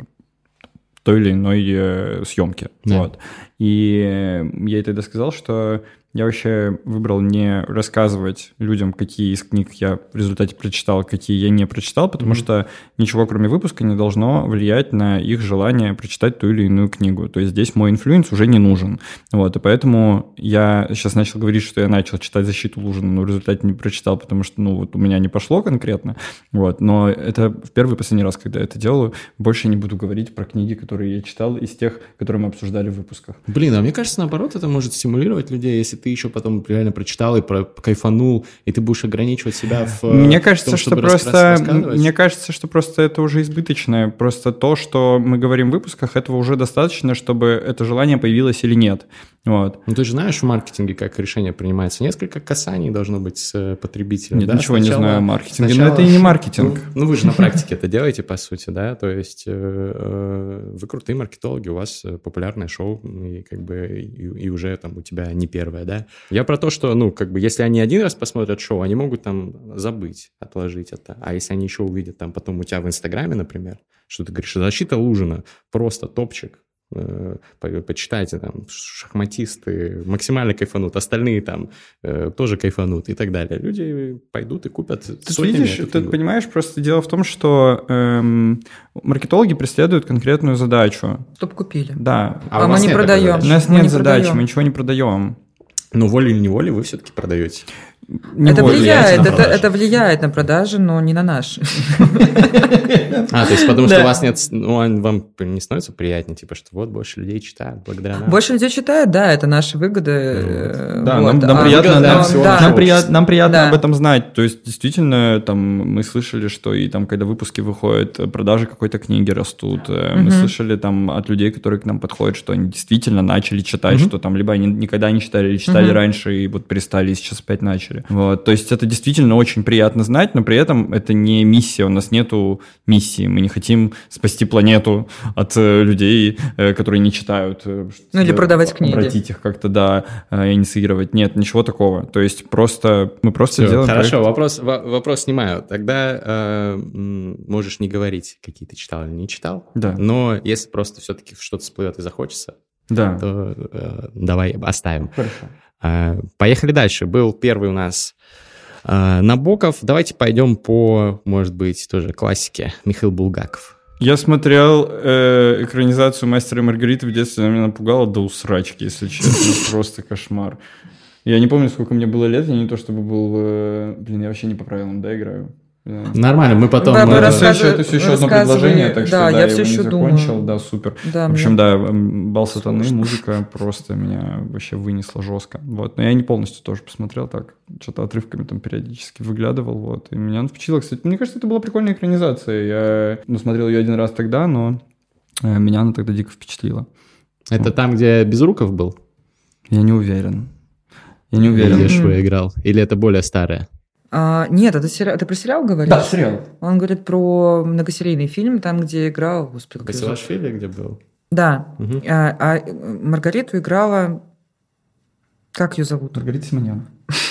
той или иной э, съемки. Да. Вот. И я ей тогда сказал, что я вообще выбрал не рассказывать людям, какие из книг я в результате прочитал, какие я не прочитал, потому mm-hmm. что ничего, кроме выпуска, не должно влиять на их желание прочитать ту или иную книгу. То есть здесь мой инфлюенс уже не нужен. Вот, и поэтому я сейчас начал говорить, что я начал читать «Защиту Лужина», но в результате не прочитал, потому что, ну, вот у меня не пошло конкретно. Вот, но это в первый и последний раз, когда я это делаю. Больше не буду говорить про книги, которые я читал, из тех, которые мы обсуждали в выпусках.
Блин, а мне кажется, наоборот, это может стимулировать людей, если ты еще потом реально прочитал и про, кайфанул, и ты будешь ограничивать себя в
Мне кажется,
том,
что просто мне кажется, что просто это уже избыточное. Просто то, что мы говорим в выпусках, этого уже достаточно, чтобы это желание появилось или нет. Вот.
Ну, ты же знаешь в маркетинге, как решение принимается. Несколько касаний должно быть с потребителем.
Нет,
да?
ничего
Сначала,
не знаю о маркетинге,
сначала...
но это и не маркетинг.
Ну, ну, вы же на практике это делаете, по сути, да? То есть э, вы крутые маркетологи, у вас популярное шоу, и как бы и, и уже там у тебя не первое, да? Я про то, что, ну, как бы, если они один раз посмотрят шоу, они могут там забыть, отложить это. А если они еще увидят там потом у тебя в Инстаграме, например, что ты говоришь, «Защита Лужина», просто топчик, почитайте, там, шахматисты максимально кайфанут, остальные там э, тоже кайфанут и так далее. Люди пойдут и купят
ты видишь, ты понимаешь, просто дело в том, что эм, маркетологи преследуют конкретную задачу.
Чтоб купили.
Да.
А, а мы не продаем.
У нас мы нет задачи, мы ничего не продаем.
Но волей или неволей вы все-таки продаете.
Не
это влияет, это, это влияет на продажи, но не на наши.
А, то есть потому что у вас нет, ну, вам не становится приятнее, типа, что вот больше людей читают благодаря нам?
Больше людей читают, да, это наши выгоды.
Да, нам приятно приятно об этом знать. То есть действительно, там мы слышали, что и там, когда выпуски выходят, продажи какой-то книги растут. Мы слышали там от людей, которые к нам подходят, что они действительно начали читать, что там либо они никогда не читали, или читали раньше и вот перестали, и сейчас опять начали. Вот. То есть это действительно очень приятно знать, но при этом это не миссия, у нас нету миссии, мы не хотим спасти планету от э, людей, э, которые не читают. Э,
ну или продавать книги.
Обратить их как-то, да, э, инициировать. Нет, ничего такого. То есть просто мы просто
Все,
делаем...
Хорошо,
проект.
вопрос, вопрос снимаю. Тогда э, можешь не говорить, какие ты читал или не читал,
да.
Но если просто все-таки что-то всплывет и захочется,
да.
то э, давай оставим.
Хорошо.
Поехали дальше. Был первый у нас э, Набоков. Давайте пойдем по, может быть, тоже классике. Михаил Булгаков.
Я смотрел э, экранизацию «Мастера и Маргариты» в детстве, она меня напугала до усрачки, если честно. Просто кошмар. Я не помню, сколько мне было лет, я не то чтобы был... Э, блин, я вообще не по правилам, да, играю? Да.
Нормально, мы потом...
Да,
это, все еще, это все еще одно предложение, так что
да,
да,
я
я
все
его
еще
не закончил,
думаю.
да, супер.
Да,
в общем,
мне...
да, «Бал сатаны», музыка просто меня вообще вынесла жестко. Вот. Но я не полностью тоже посмотрел так, что-то отрывками там периодически выглядывал, вот. И меня впечатлило, кстати. Мне кажется, это была прикольная экранизация. Я ну, смотрел ее один раз тогда, но меня она тогда дико впечатлила.
Это
вот.
Там, где Безруков был?
Я не уверен. Я не уверен.
Где Шуя играл? Или это более старое?
А, нет, это сериал. Ты про сериал говоришь?
Да, сериал.
Он говорит про многосерийный фильм, там, где играл... Господи,
Басилашвили где был?
Да. Угу. А, а Маргариту играла... Как ее зовут?
Маргарита Симоньян.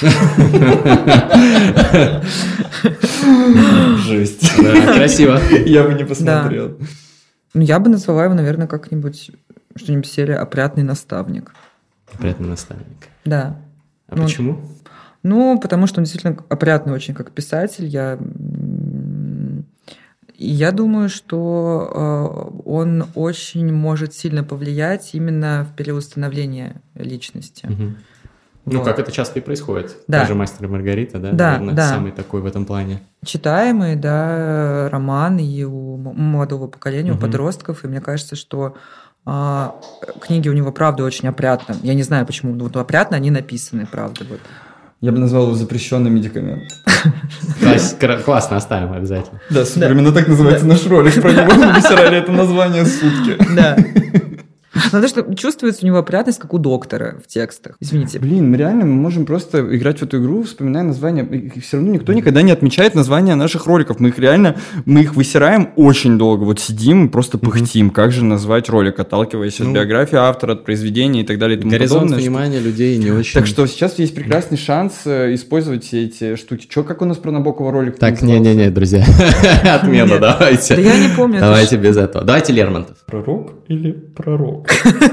Жесть. Красиво.
Я бы не посмотрел.
Ну, я бы назвала его, наверное, как-нибудь... Что-нибудь серия «Опрятный наставник».
«Опрятный наставник».
Да.
А почему?
Ну, потому что он действительно опрятный очень как писатель. Я... я думаю, что э, он очень может сильно повлиять именно в переустановление личности.
Угу.
Вот.
Ну, как это часто и происходит.
Да.
Даже «Мастер и Маргарита», да,
да,
наверное,
да.
самый такой в этом плане.
Читаемый, да, роман и у молодого поколения, угу. у подростков, и мне кажется, что а, книги у него, правда, очень опрятно. Я не знаю, почему, но вот опрятно они написаны, правда. Вот.
Я бы назвал его запрещенный медикамент.
Классно, оставим обязательно.
Да, супер, именно так называется наш ролик про него. Мы высирали это название сутки.
Да. Но то, что чувствуется у него опрятность, как у доктора в текстах. Извините.
Блин, мы реально мы можем просто играть в эту игру, вспоминая названия. И все равно никто никогда не отмечает названия наших роликов. Мы их реально, мы их высираем очень долго. Вот сидим и просто пыхтим. Mm-hmm. Как же назвать ролик, отталкиваясь ну, от биографии автора, от произведения и так далее. И тому
горизонт
подобное,
внимания
что...
людей не очень.
Так что сейчас есть прекрасный шанс использовать все эти штуки. Че, как у нас про Набокова ролик?
Так, не-не-не, друзья. Отмена, давайте.
Да я не помню.
Давайте без этого. Давайте Лермонтов.
Пророк или пророк?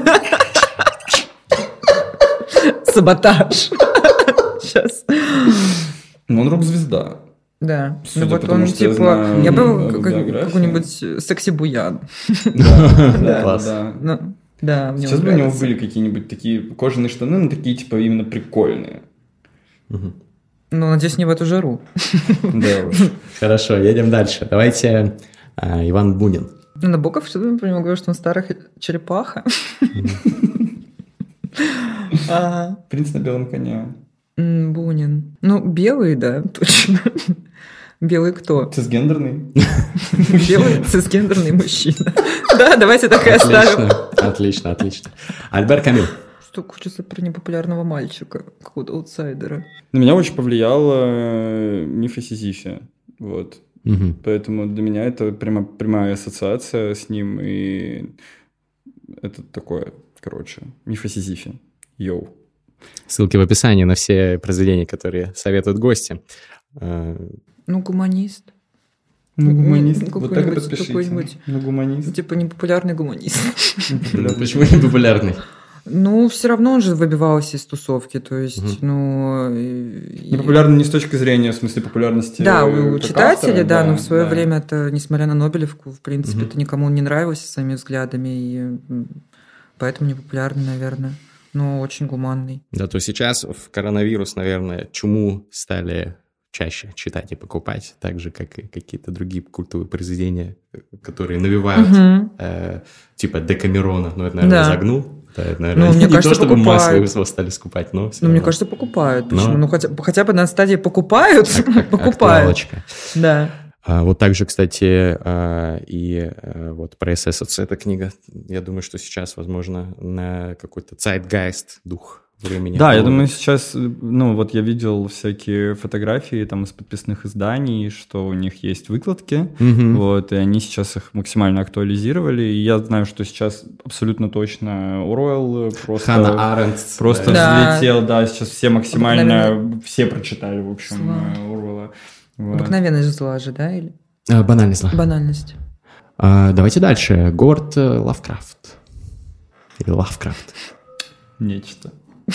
Саботаж. Сейчас.
Ну, он рок-звезда.
Да.
Судя
ну вот
потому,
он
что я
типа.
знаю
Я бы
биографию.
какой-нибудь секси-буян.
Да,
Класс.
да.
Ну, да, мне
Сейчас
он
бы у него
нравится.
были какие-нибудь такие кожаные штаны, но такие типа именно прикольные.
Ну, надеюсь, не в эту жару.
Да уж.
Хорошо, едем дальше. Давайте а, Иван Бунин.
Ну, Набоков что-то про него говорит, что он старая черепаха.
Принц на белом коне.
Бунин. Ну, белый, да, точно. Белый кто?
Цисгендерный.
Белый цисгендерный мужчина. Да, давайте так и оставим.
Отлично, отлично. Альбер Камю.
Что хочется про непопулярного мальчика, какого-то аутсайдера.
На меня очень повлиял миф о Сизифе. Вот.
Угу.
Поэтому для меня это прямо прямая ассоциация с ним. И это такое, короче, миф о Сизифе. Йоу.
Ссылки в описании на все произведения, которые советуют гости.
Ну, гуманист.
Ну, гуманист.
Ну,
вот так и
какой-нибудь,
подпишите. Ну, гуманист.
Типа непопулярный гуманист.
Почему не популярный?
Ну, все равно он же выбивался из тусовки, то есть,
Угу.
ну... И...
Непопулярный не с точки зрения, в смысле, популярности.
Да, у читателей,
автора,
да,
да,
но в свое
да.
время это, несмотря на Нобелевку, в принципе,
Угу.
это никому не нравилось своими взглядами, и поэтому непопулярный, наверное, но очень гуманный.
Да, то сейчас в коронавирус, наверное, чуму стали чаще читать и покупать, так же, как и какие-то другие культовые произведения, которые навевают,
Угу.
э, типа Декамерона, ну, это, наверное,
Да.
загнул. Да, это, наверное,
Ну, мне
не
кажется,
то, чтобы
покупают.
массово его стали скупать, но все
Ну, мне
равно.
кажется, покупают.
Но-
Почему? Ну, хотя, хотя бы на стадии покупают,
Ак-
покупают.
актуалочка.
Да.
А, вот также, кстати, а, и а, вот про эс эс эс эта книга, я думаю, что сейчас, возможно, на какой-то zeitgeist, дух времени.
Да, я
ловит.
думаю, сейчас, ну, вот я видел всякие фотографии там из подписных изданий, что у них есть выкладки,
Мгм.
вот, и они сейчас их максимально актуализировали, и я знаю, что сейчас абсолютно точно Оруэлл просто...
Ханна Аренд.
Просто
Да.
взлетел, да, сейчас все максимально,
Обыкновенный.
все прочитали, в общем,
Слава.
э, Оруэлла. Вот.
Обыкновенность зла же, да? Или
А, банальный зла.
банальность.
А, давайте дальше. Говард э, Лавкрафт. Или Лавкрафт.
Нечто.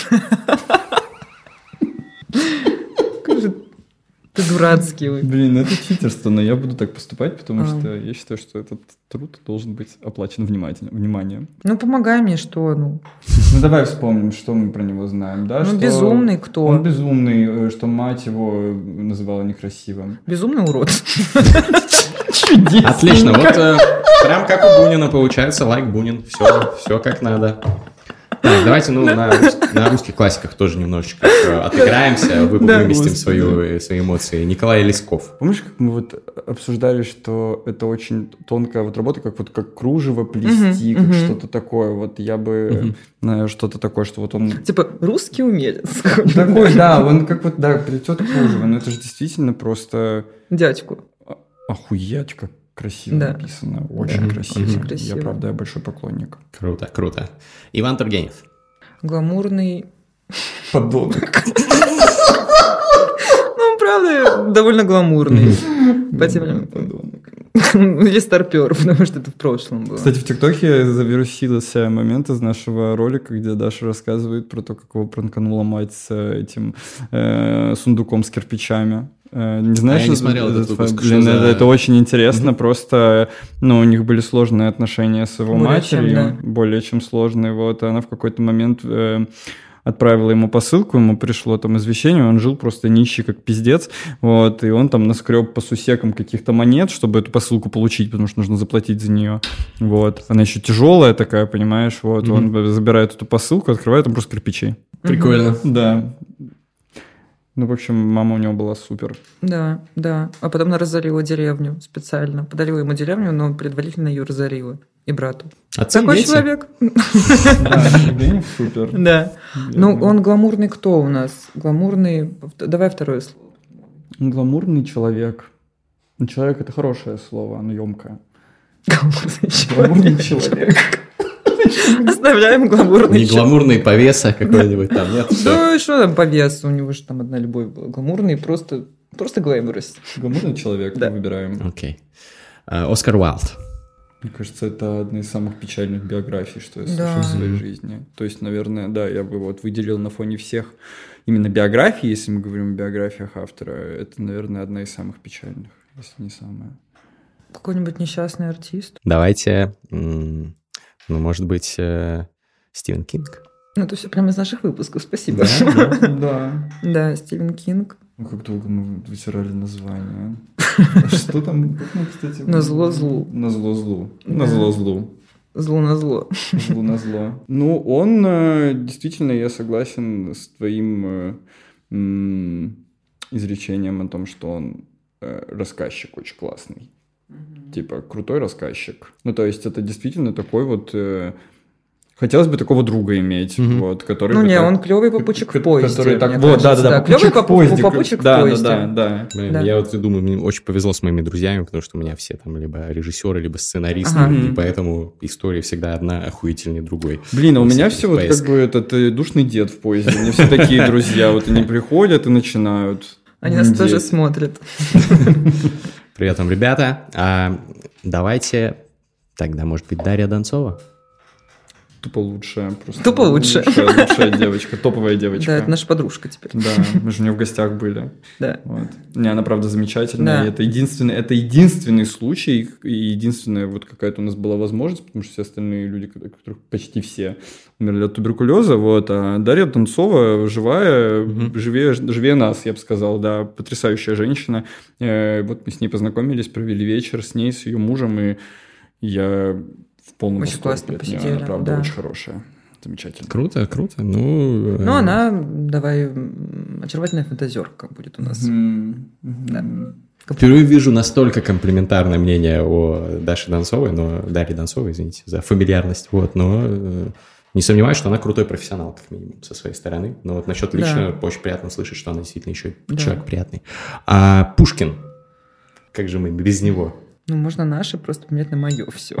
Какой же ты дурацкий. вы.
Блин, это читерство, но я буду так поступать, потому
А.
что я считаю, что этот труд должен быть оплачен внимательно- вниманием.
Ну, помогай мне, что, ну...
Ну, давай вспомним, что мы про него знаем, да?
Ну,
что
безумный кто?
Он безумный, э, что мать его называла некрасивым.
Безумный урод.
Отлично. Вот э, прям как у Бунина получается. Лайк Бунин. Все, все как надо. Так, давайте ну, на, рус- на русских классиках тоже немножечко э, отыграемся, вы,
Да.
выместим
Господи.
свою, свои эмоции. Николай Лесков.
Помнишь, как мы вот обсуждали, что это очень тонкая вот работа, как вот как кружево плести,
Мгм,
как
мгм.
что-то такое. Вот я бы, наверное, что-то такое, что вот он
Типа, русский умелец.
такой, да, он как вот, да, плетет кружево, но это же действительно просто
Дядьку.
охуеть, как красиво
Да.
написано, очень
Да,
красиво.
очень
Я,
красиво.
правда, я большой поклонник.
Круто, круто. Иван Тургенев.
Гламурный.
Подонок.
Ну, он, правда, довольно гламурный. По тем-
Подонок.
Или старпер, потому что это в прошлом было.
Кстати, в ТикТоке завирусился момент из нашего ролика, где Даша рассказывает про то, как его пранканула мать с этим э, сундуком с кирпичами. Не знаешь,
а я не смотрел этот выпуск.
Блин,
за...
это, это очень интересно. Mm-hmm. Просто, ну, у них были сложные отношения с его более матерью. Чем, да. Более чем сложные. Вот, она в какой-то момент э, отправила ему посылку, ему пришло там извещение, он жил просто нищий, как пиздец. Вот, и он там наскреб по сусекам каких-то монет, чтобы эту посылку получить, потому что нужно заплатить за нее. Вот. Она еще тяжелая такая, понимаешь. Вот, mm-hmm. он забирает эту посылку, открывает, там просто кирпичи.
Прикольно.
Mm-hmm. Да. Ну, в общем, мама у него была супер.
Да, да. А потом она разорила деревню специально. Подарила ему деревню, но предварительно ее разорила. И брату.
Отцы
Такой
дети.
Человек.
Да, супер.
Да. Ну, он гламурный кто у нас? Гламурный... Давай второе слово.
Гламурный человек. Человек – это хорошее слово, оно емкое.
Гламурный человек.
Гламурный человек.
Оставляем гламурный.
Не гламурный повеса какой-нибудь там, нет?
Ну и что там повеса? У него же там одна любовь была. Гламурный, просто, просто гламурous.
Гламурный человек,
да.
Мы выбираем.
Окей. Оскар Уайлд.
Мне кажется, это одна из самых печальных биографий, что я
да.
слышал в своей жизни. То есть, наверное, да, я бы вот выделил на фоне всех именно биографий, если мы говорим о биографиях автора, это, наверное, одна из самых печальных, если не самая.
Какой-нибудь несчастный артист?
Давайте... Ну, может быть, э, Стивен Кинг?
Ну, это все прямо из наших выпусков, спасибо.
Да, да. Да,
да Стивен Кинг.
Ну, как долго мы вытирали название. Что там, как мы, кстати...
На зло злу.
На зло злу. На зло злу.
Зло на зло.
Зло на зло. Ну, он, действительно, я согласен с твоим изречением о том, что он рассказчик очень классный. Mm-hmm. Типа, крутой рассказчик. Ну, то есть, это действительно такой вот... Э, хотелось бы такого друга иметь, mm-hmm. вот, который...
Ну, не,
так,
он клевый попутчик в поезде.
Который так...
Вот,
да-да-да,
клевый попутчик, попутчик в
да,
поезде.
Да, да, да.
Блин,
да.
Я вот думаю, мне очень повезло с моими друзьями, потому что у меня все там либо режиссеры, либо сценаристы, ага. и поэтому история всегда одна охуительнее другой.
Блин, а у меня все вот как бы этот душный дед в поезде. У меня все такие друзья, вот они приходят и начинают...
Они нас тоже смотрят.
Привет вам, ребята. А, давайте тогда, может быть, Дарья Донцова?
Тупо лучшая. Просто
Тупо лучшая.
Лучшая, лучшая девочка, топовая девочка.
Да, это наша подружка теперь.
Да, мы же у нее в гостях были.
Да.
Вот. Не, она правда замечательная.
Да.
И это единственный, это единственный случай, и единственная вот какая-то у нас была возможность, потому что все остальные люди, которых почти все умерли от туберкулеза, вот, а Дарья Донцова живая, mm-hmm. живее, живее нас, я бы сказал, да, потрясающая женщина. Э, вот мы с ней познакомились, провели вечер с ней, с ее мужем, и я... в полном
очень классно посидели.
Она, правда,
да.
очень хорошая. Замечательно.
Круто, круто. Ну,
ну она, давай, очаровательная фантазерка будет у нас.
Mm-hmm.
Да.
Впервые вижу настолько комплиментарное мнение о Даше Донцовой, но Дарье Донцовой, извините за фамильярность, вот, но не сомневаюсь, что она крутой профессионал, как минимум, со своей стороны. Но вот насчет лично да. очень приятно слышать, что она действительно еще да. человек приятный. А Пушкин, как же мы без него?
Ну, можно наше просто поменять на мое все.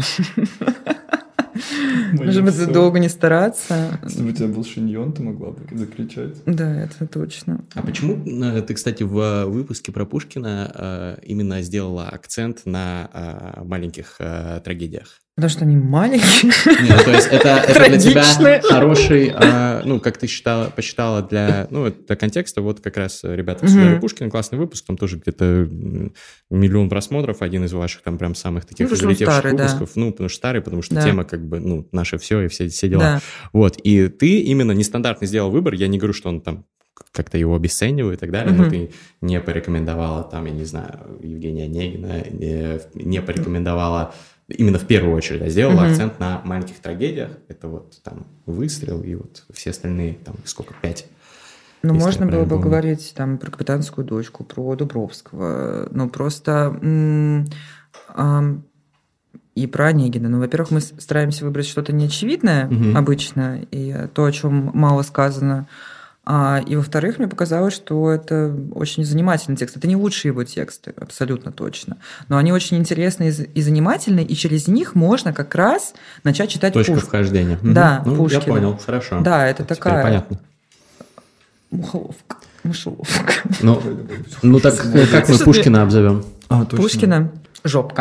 Может быть, долго не стараться.
Если бы у тебя был шиньон, ты могла бы закричать.
Да, это точно.
А почему ты, кстати, в выпуске про Пушкина именно сделала акцент на маленьких трагедиях?
Потому что они маленькие.
Нет, то есть это, это для тебя хороший, а, ну, как ты считала, посчитала для, ну, для контекста, вот как раз ребята обсуждали mm-hmm. Пушкина, классный выпуск, там тоже где-то миллион просмотров, один из ваших там прям самых таких
ну,
залетевших старый, выпусков,
да.
ну, потому что старый, потому что
да.
тема как бы, ну, наше все и все, все дела.
Да.
Вот, и ты именно нестандартный сделал выбор, я не говорю, что он там как-то его обесцениваю и так далее, mm-hmm. но ты не порекомендовала там, я не знаю, Евгения Онегина, не, не порекомендовала именно в первую очередь, я сделала mm-hmm. акцент на маленьких трагедиях. Это вот там «Выстрел» и вот все остальные, там сколько, пять.
Ну, можно было бы помню. говорить там про «Капитанскую дочку», про Дубровского, но просто м- м- и про Онегина. Ну, во-первых, мы стараемся выбрать что-то неочевидное mm-hmm. обычно, и то, о чем мало сказано. А, и, во-вторых, мне показалось, что это очень занимательный текст. Это не лучшие его тексты, абсолютно точно. Но они очень интересные и занимательные, и через них можно как раз начать читать
Точка
Пушкина.
вхождения.
Да,
ну,
Пушкина.
Я понял, хорошо.
Да, это
теперь
такая...
понятно.
Мухоловка. Мышеловка.
Ну, ну так как мы Пушкина обзовем?
А, Пушкина – жопка.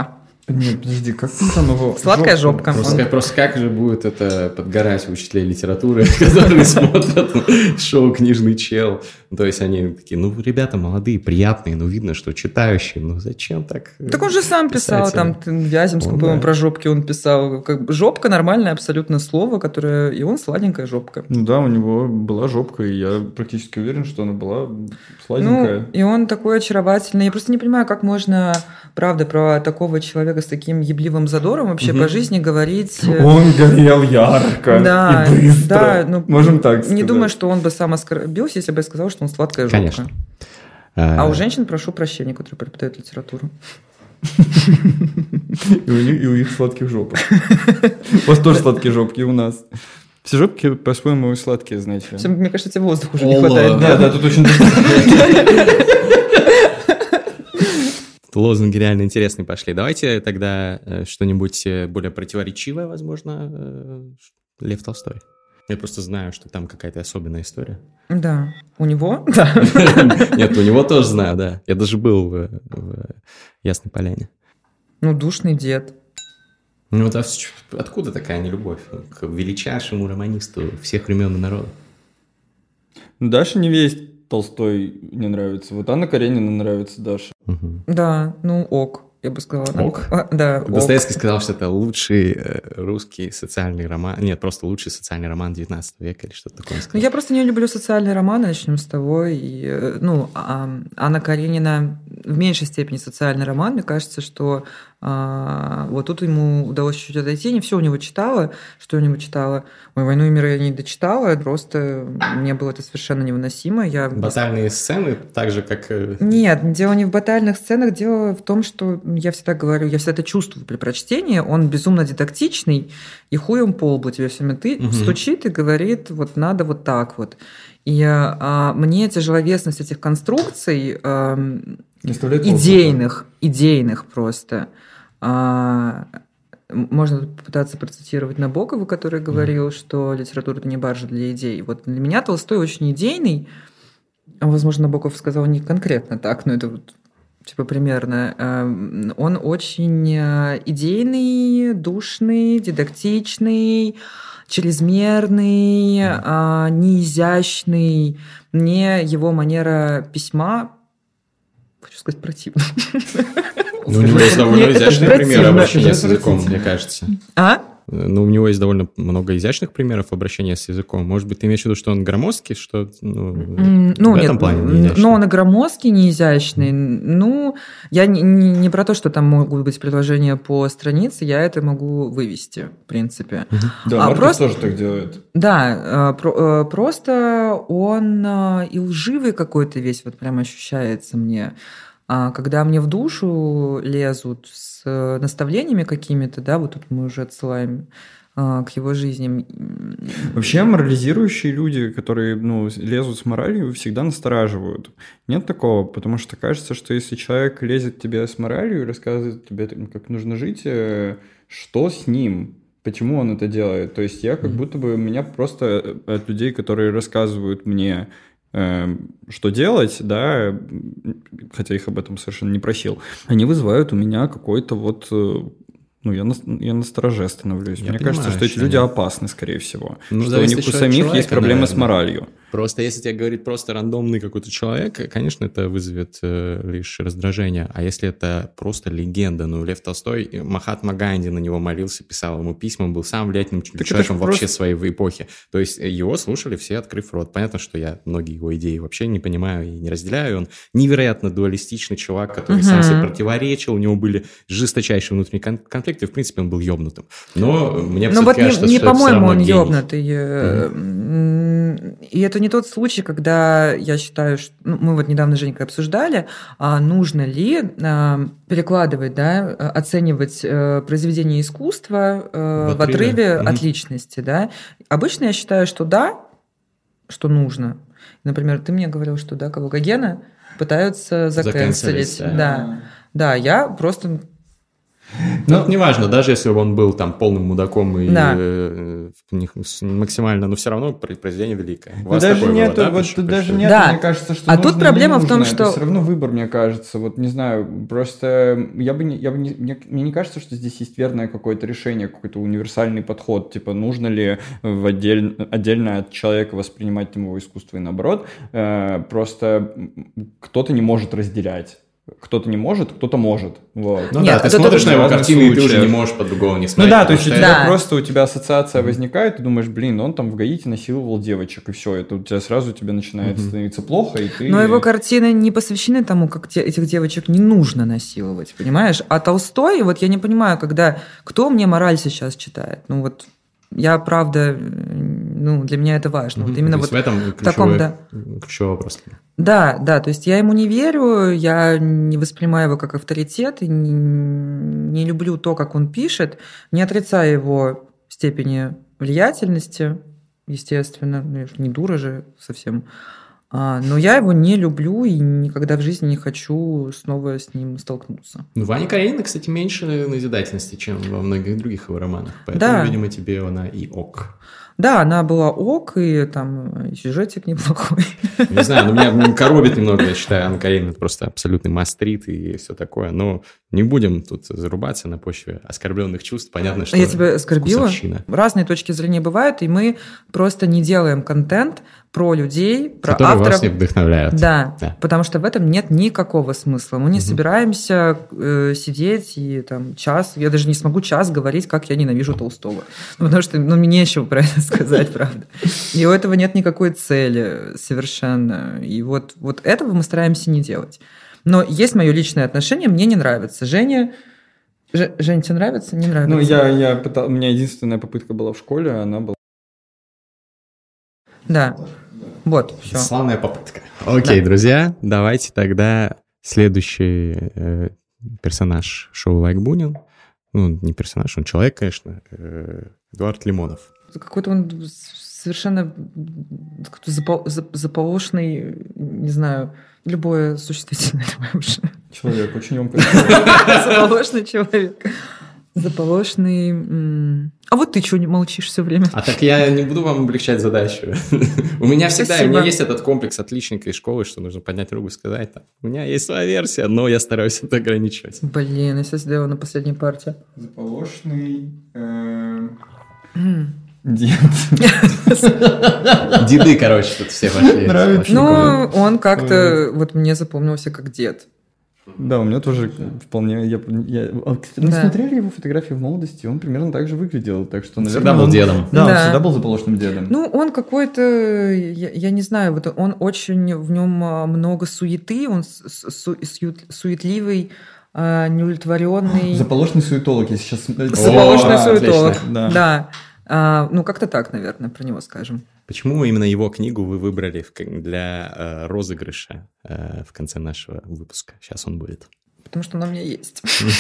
Нет, подожди, как там его...
Сладкая жопка.
Просто, как, просто как же будет это подгорать у учителей литературы, которые смотрят шоу «Книжный чел». То есть они такие, ну, ребята молодые, приятные, но видно, что читающие. Ну, зачем так?
Так он же сам писал, там, Вяземскому, по-моему, про жопки он писал. Как, жопка – нормальное абсолютно слово, которое... И он сладенькая жопка.
Ну да, у него была жопка, и я практически уверен, что она была сладенькая.
Ну, и он такой очаровательный. Я просто не понимаю, как можно, правда, про такого человека с таким ебливым задором вообще угу. по жизни говорить.
Он горел ярко
да,
и быстро.
Да, ну,
можем так сказать.
Не думаю, что он бы сам оскорбился, если бы я сказала, что он сладкая жопка.
Конечно.
А у женщин прошу прощения, которые преподают литературу.
И у них сладких жопок. У вас тоже сладкие жопки, и у нас. Все жопки по-своему сладкие, знаете.
Мне кажется, тебе воздуха уже не хватает.
Да, да, тут очень...
Лозунги реально интересные пошли. Давайте тогда что-нибудь более противоречивое, возможно, Лев Толстой. Я просто знаю, что там какая-то особенная история.
Да. У него? Да.
Нет, у него тоже знаю, да. Я даже был в, в Ясной Поляне.
Ну, душный дед.
Ну, да, откуда такая нелюбовь к величайшему романисту всех времен и народов?
Даша не весь Толстой не нравится. Вот Анна Каренина нравится Даша.
Угу. Да, ну ок, я бы сказала.
Ок?
А, да,
Достоевский ок. Сказал, что это лучший э, русский социальный роман. Нет, просто лучший социальный роман девятнадцатого века или что-то такое.
Ну, я просто не люблю социальные романы, начнем с того. И, ну, а, Анна Каренина в меньшей степени социальный роман. Мне кажется, что а, вот тут ему удалось чуть-чуть отойти. Не все у него читала. Что у него читала? Ой, «Войну и мир» я не дочитала. Просто мне было это совершенно невыносимо. Я...
Батальные сцены, так же, как...
Нет, дело не в батальных сценах. Дело в том, что я всегда говорю, я всегда это чувствую при прочтении. Он безумно дидактичный, и хуем по лбу тебе все ты угу. стучит и говорит, вот надо вот так вот. И а, мне тяжеловесность этих конструкций а, идейных, идейных просто... А, можно попытаться процитировать Набокова, который говорил, mm. что литература – это не баржа для идей. Вот для меня Толстой очень идейный. Возможно, Набоков сказал не конкретно так, но это вот типа примерно. Он очень идейный, душный, дидактичный, чрезмерный, mm. неизящный. Мне его манера письма, хочу сказать, противна.
Ну, у него есть довольно изящные примеры обращения с языком, мне кажется.
А?
Ну, у него есть довольно много изящных примеров обращения с языком. Может быть, ты имеешь в виду, что он громоздкий, что ну,
ну,
в
нет,
этом плане не изящный?
Ну, он и громоздкий, не изящный. Ну, я не, не, не про то, что там могут быть предложения по странице, я это могу вывести, в принципе.
Угу. Да, а Маркус просто, тоже так делает.
Да, про, просто он и лживый какой-то весь, вот прям ощущается мне. А когда мне в душу лезут с наставлениями какими-то, да, вот тут мы уже отсылаем а, к его жизни.
Вообще морализирующие люди, которые ну, лезут с моралью, всегда настораживают. Нет такого, потому что кажется, что если человек лезет тебе с моралью и рассказывает тебе, как нужно жить, что с ним? Почему он это делает? То есть я как будто бы, меня просто от людей, которые рассказывают мне, что делать, да, хотя их об этом совершенно не просил, они вызывают у меня какой-то вот, ну, я на, я на стороже становлюсь. Я Мне понимаю, кажется, что эти люди опасны, скорее всего. Ну, что у них у самих человека, есть проблемы наверное. С моралью.
Просто если тебе говорит просто рандомный какой-то человек, конечно, это вызовет э, лишь раздражение. А если это просто легенда, ну, Лев Толстой, Махатма Ганди на него молился, писал ему письма, он был самым влиятельным так человеком вообще просто... своей эпохи. То есть его слушали все, открыв рот. Понятно, что я многие его идеи вообще не понимаю и не разделяю. Он невероятно дуалистичный чувак, который uh-huh. сам себе противоречил, у него были жесточайшие внутренние конфликты, в принципе, он был ёбнутым. Но мне
все-таки
вот кажется,
не,
что
не по-моему, он
гений.
ёбнутый. Mm-hmm. И это не тот случай, когда я считаю, что ну, мы вот недавно с Женькой обсуждали, а нужно ли а, перекладывать, да, оценивать а, произведение искусства а, в отрыве, в отрыве mm-hmm. от личности. Да? Обычно я считаю, что да, что нужно. Например, ты мне говорил, что да, кого Гогена пытаются заканцелить. Да. Да. да, я просто...
Ну, это неважно, даже если бы он был там полным мудаком и
Да.
э, максимально, но все равно произведение великое. У
Ну,
вас
даже
такое
нету,
было, да,
вот
почти-
тут даже
почти?
нет,
Да.
мне кажется, что
А
нужно
тут проблема
или не
в том,
нужно.
что-
Это все равно выбор, мне кажется. Вот не знаю, просто я бы не, я бы не, мне, мне не кажется, что здесь есть верное какое-то решение, какой-то универсальный подход. Типа, нужно ли в отдель, отдельно от человека воспринимать его искусство и наоборот. Э, просто кто-то не может разделять. Кто-то не может, кто-то может. Вот.
Ну
Нет,
да, ты
это
смотришь
тоже
на его
разных
картины, и ты уже
случаев.
не можешь по-другому не
Ну
смотреть.
да, то есть у
потому
тебя
что-
Да.
просто у тебя ассоциация возникает, ты думаешь, блин, он там в Гаити насиловал девочек, и все, это у тебя сразу тебе начинает
Мгм.
становиться плохо, и ты...
Но его картины не посвящены тому, как те- этих девочек не нужно насиловать, понимаешь? А Толстой, вот я не понимаю, когда... Кто мне мораль сейчас читает? Ну вот я, правда, ну для меня это важно.
Мгм.
Вот именно
То
вот
есть в этом
в таком,
ключевой,
да.
ключевой вопрос.
Да, да, то есть я ему не верю, я не воспринимаю его как авторитет, и не, не люблю то, как он пишет, не отрицаю его степени влиятельности, естественно, ну, я ж не дура же совсем, а, но я его не люблю и никогда в жизни не хочу снова с ним столкнуться.
Ну, Ваня Каренина, кстати, меньше назидательности, чем во многих других его романах. Поэтому,
Да.
видимо, тебе она и ок.
Да, она была ок, и там и сюжетик неплохой.
Не знаю, но меня коробит немного, я считаю, Анна Каренина это просто абсолютный мастрит и все такое. Но не будем тут зарубаться на почве оскорбленных чувств. Понятно, что
Я тебя оскорбила?
вкусовщина.
Разные точки зрения бывают, и мы просто не делаем контент про людей, про
Которые
авторов.
вас не вдохновляют.
Да,
Да.
потому что в этом нет никакого смысла. Мы не
Мгм.
собираемся э, сидеть и там час, я даже не смогу час говорить, как я ненавижу Толстого. Ну, потому что ну, мне нечего про это сказать, правда. И у этого нет никакой цели совершенно. И вот, вот этого мы стараемся не делать. Но есть мое личное отношение, мне не нравится. Женя... Ж- Жень, тебе нравится? Не нравится?
Ну, я, я пытал, у меня единственная попытка была в школе, она была...
Да. Вот, все.
Славная попытка. Окей, друзья, давайте тогда следующий э, персонаж шоу «Лайк Бунин». Ну, не персонаж, он человек, конечно. э, Эдуард Лимонов.
Какой-то он совершенно какой-то запо- зап- заполошный, не знаю, любое существительное давай уже.
Человек, очень емкий.
Заполошный человек. Заполошный... м. А вот ты что не молчишь все время?
А так я не буду вам облегчать задачу. У меня всегда, у
Спасибо.
меня есть этот комплекс отличника из школы, что нужно поднять руку и сказать, там, у меня есть своя версия, но я стараюсь это ограничивать.
Блин, я сейчас сделала на последней партии.
Заполошный... э,
М.
Дед.
Деды, короче, тут все пошли.
Нравится.
Ну, он как-то вот мне запомнился как дед.
Да, у меня тоже вполне... Я, я- а, кстати, мы
Да.
смотрели его фотографии в молодости, он примерно так же выглядел, так что, наверное...
Всегда был
он-
дедом.
Да, он
Да.
всегда был заполошным дедом.
Ну, он какой-то, я, я не знаю, вот он очень, в нем а, много суеты, он с- с- су- су- суетливый, а, неудовлетворенный.
Заполошный суетолог, я сейчас...
Заполошный
О,
суетолог.
отлично, да.
Да. А, ну, как-то так, наверное, про него скажем.
Почему именно его книгу вы выбрали в к- для э, розыгрыша э, в конце нашего выпуска? Сейчас он будет.
Потому что она у меня есть.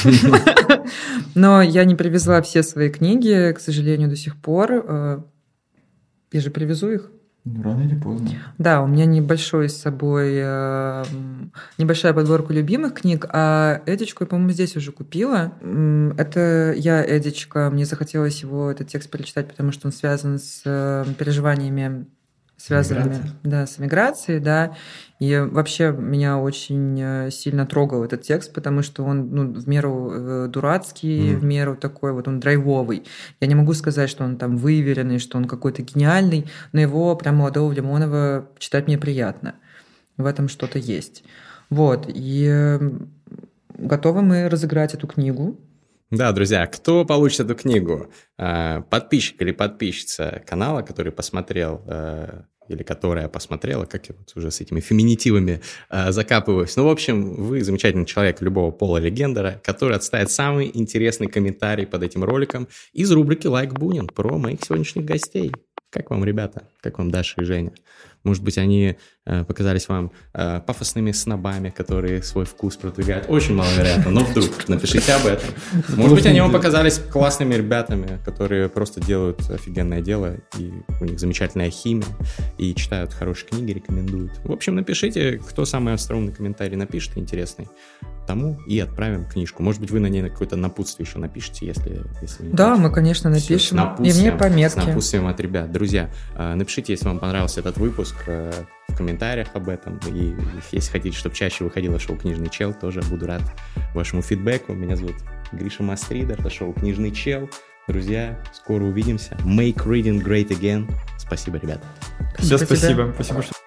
Но я не привезла все свои книги, к сожалению, до сих пор. Э, Я же привезу их.
Ну, рано или поздно.
Да, у меня небольшой с собой, э, м, небольшая подборка любимых книг, а Эдичку я, по-моему, здесь уже купила. М, Это я, Эдичка, мне захотелось его, этот текст перечитать, потому что он связан с э, переживаниями, связанными
Эмиграцией?
да, с эмиграцией, да. И вообще меня очень э, сильно трогал этот текст, потому что он ну, в меру э, дурацкий,
Мгм.
в меру такой вот, он драйвовый. Я не могу сказать, что он там выверенный, что он какой-то гениальный, но его прям молодого Лимонова читать мне приятно. В этом что-то есть. Вот. И э, готовы мы разыграть эту книгу.
Да, друзья, кто получит эту книгу? Э, Подписчик или подписчица канала, который посмотрел, э, или которая посмотрела, как я вот уже с этими феминитивами э, закапываюсь. Ну, в общем, вы замечательный человек любого пола или гендера, который отставит самый интересный комментарий под этим роликом из рубрики «Лайк Бунин» про моих сегодняшних гостей. Как вам, ребята? Как вам Даша и Женя? Может быть, они э, показались вам э, пафосными снобами, которые свой вкус продвигают. Очень маловероятно, но вдруг напишите об этом. Может быть, они вам показались классными ребятами, которые просто делают офигенное дело, и у них замечательная химия, и читают хорошие книги, рекомендуют. В общем, напишите, кто самый остроумный комментарий напишет, интересный, тому и отправим книжку. Может быть, вы на ней какое-то напутствие еще напишите, если... если
да,
напишите.
Мы, конечно, напишем. И мне пометки.
С напутствием от ребят. Друзья, напишите, если вам понравился этот выпуск, в комментариях об этом. И если хотите, чтобы чаще выходило шоу «Книжный чел», тоже буду рад вашему фидбэку. Меня зовут Гриша Мастридер, это шоу «Книжный чел». Друзья, скоро увидимся. Make reading great again. Спасибо, ребята.
Спасибо. Спасибо, спасибо, что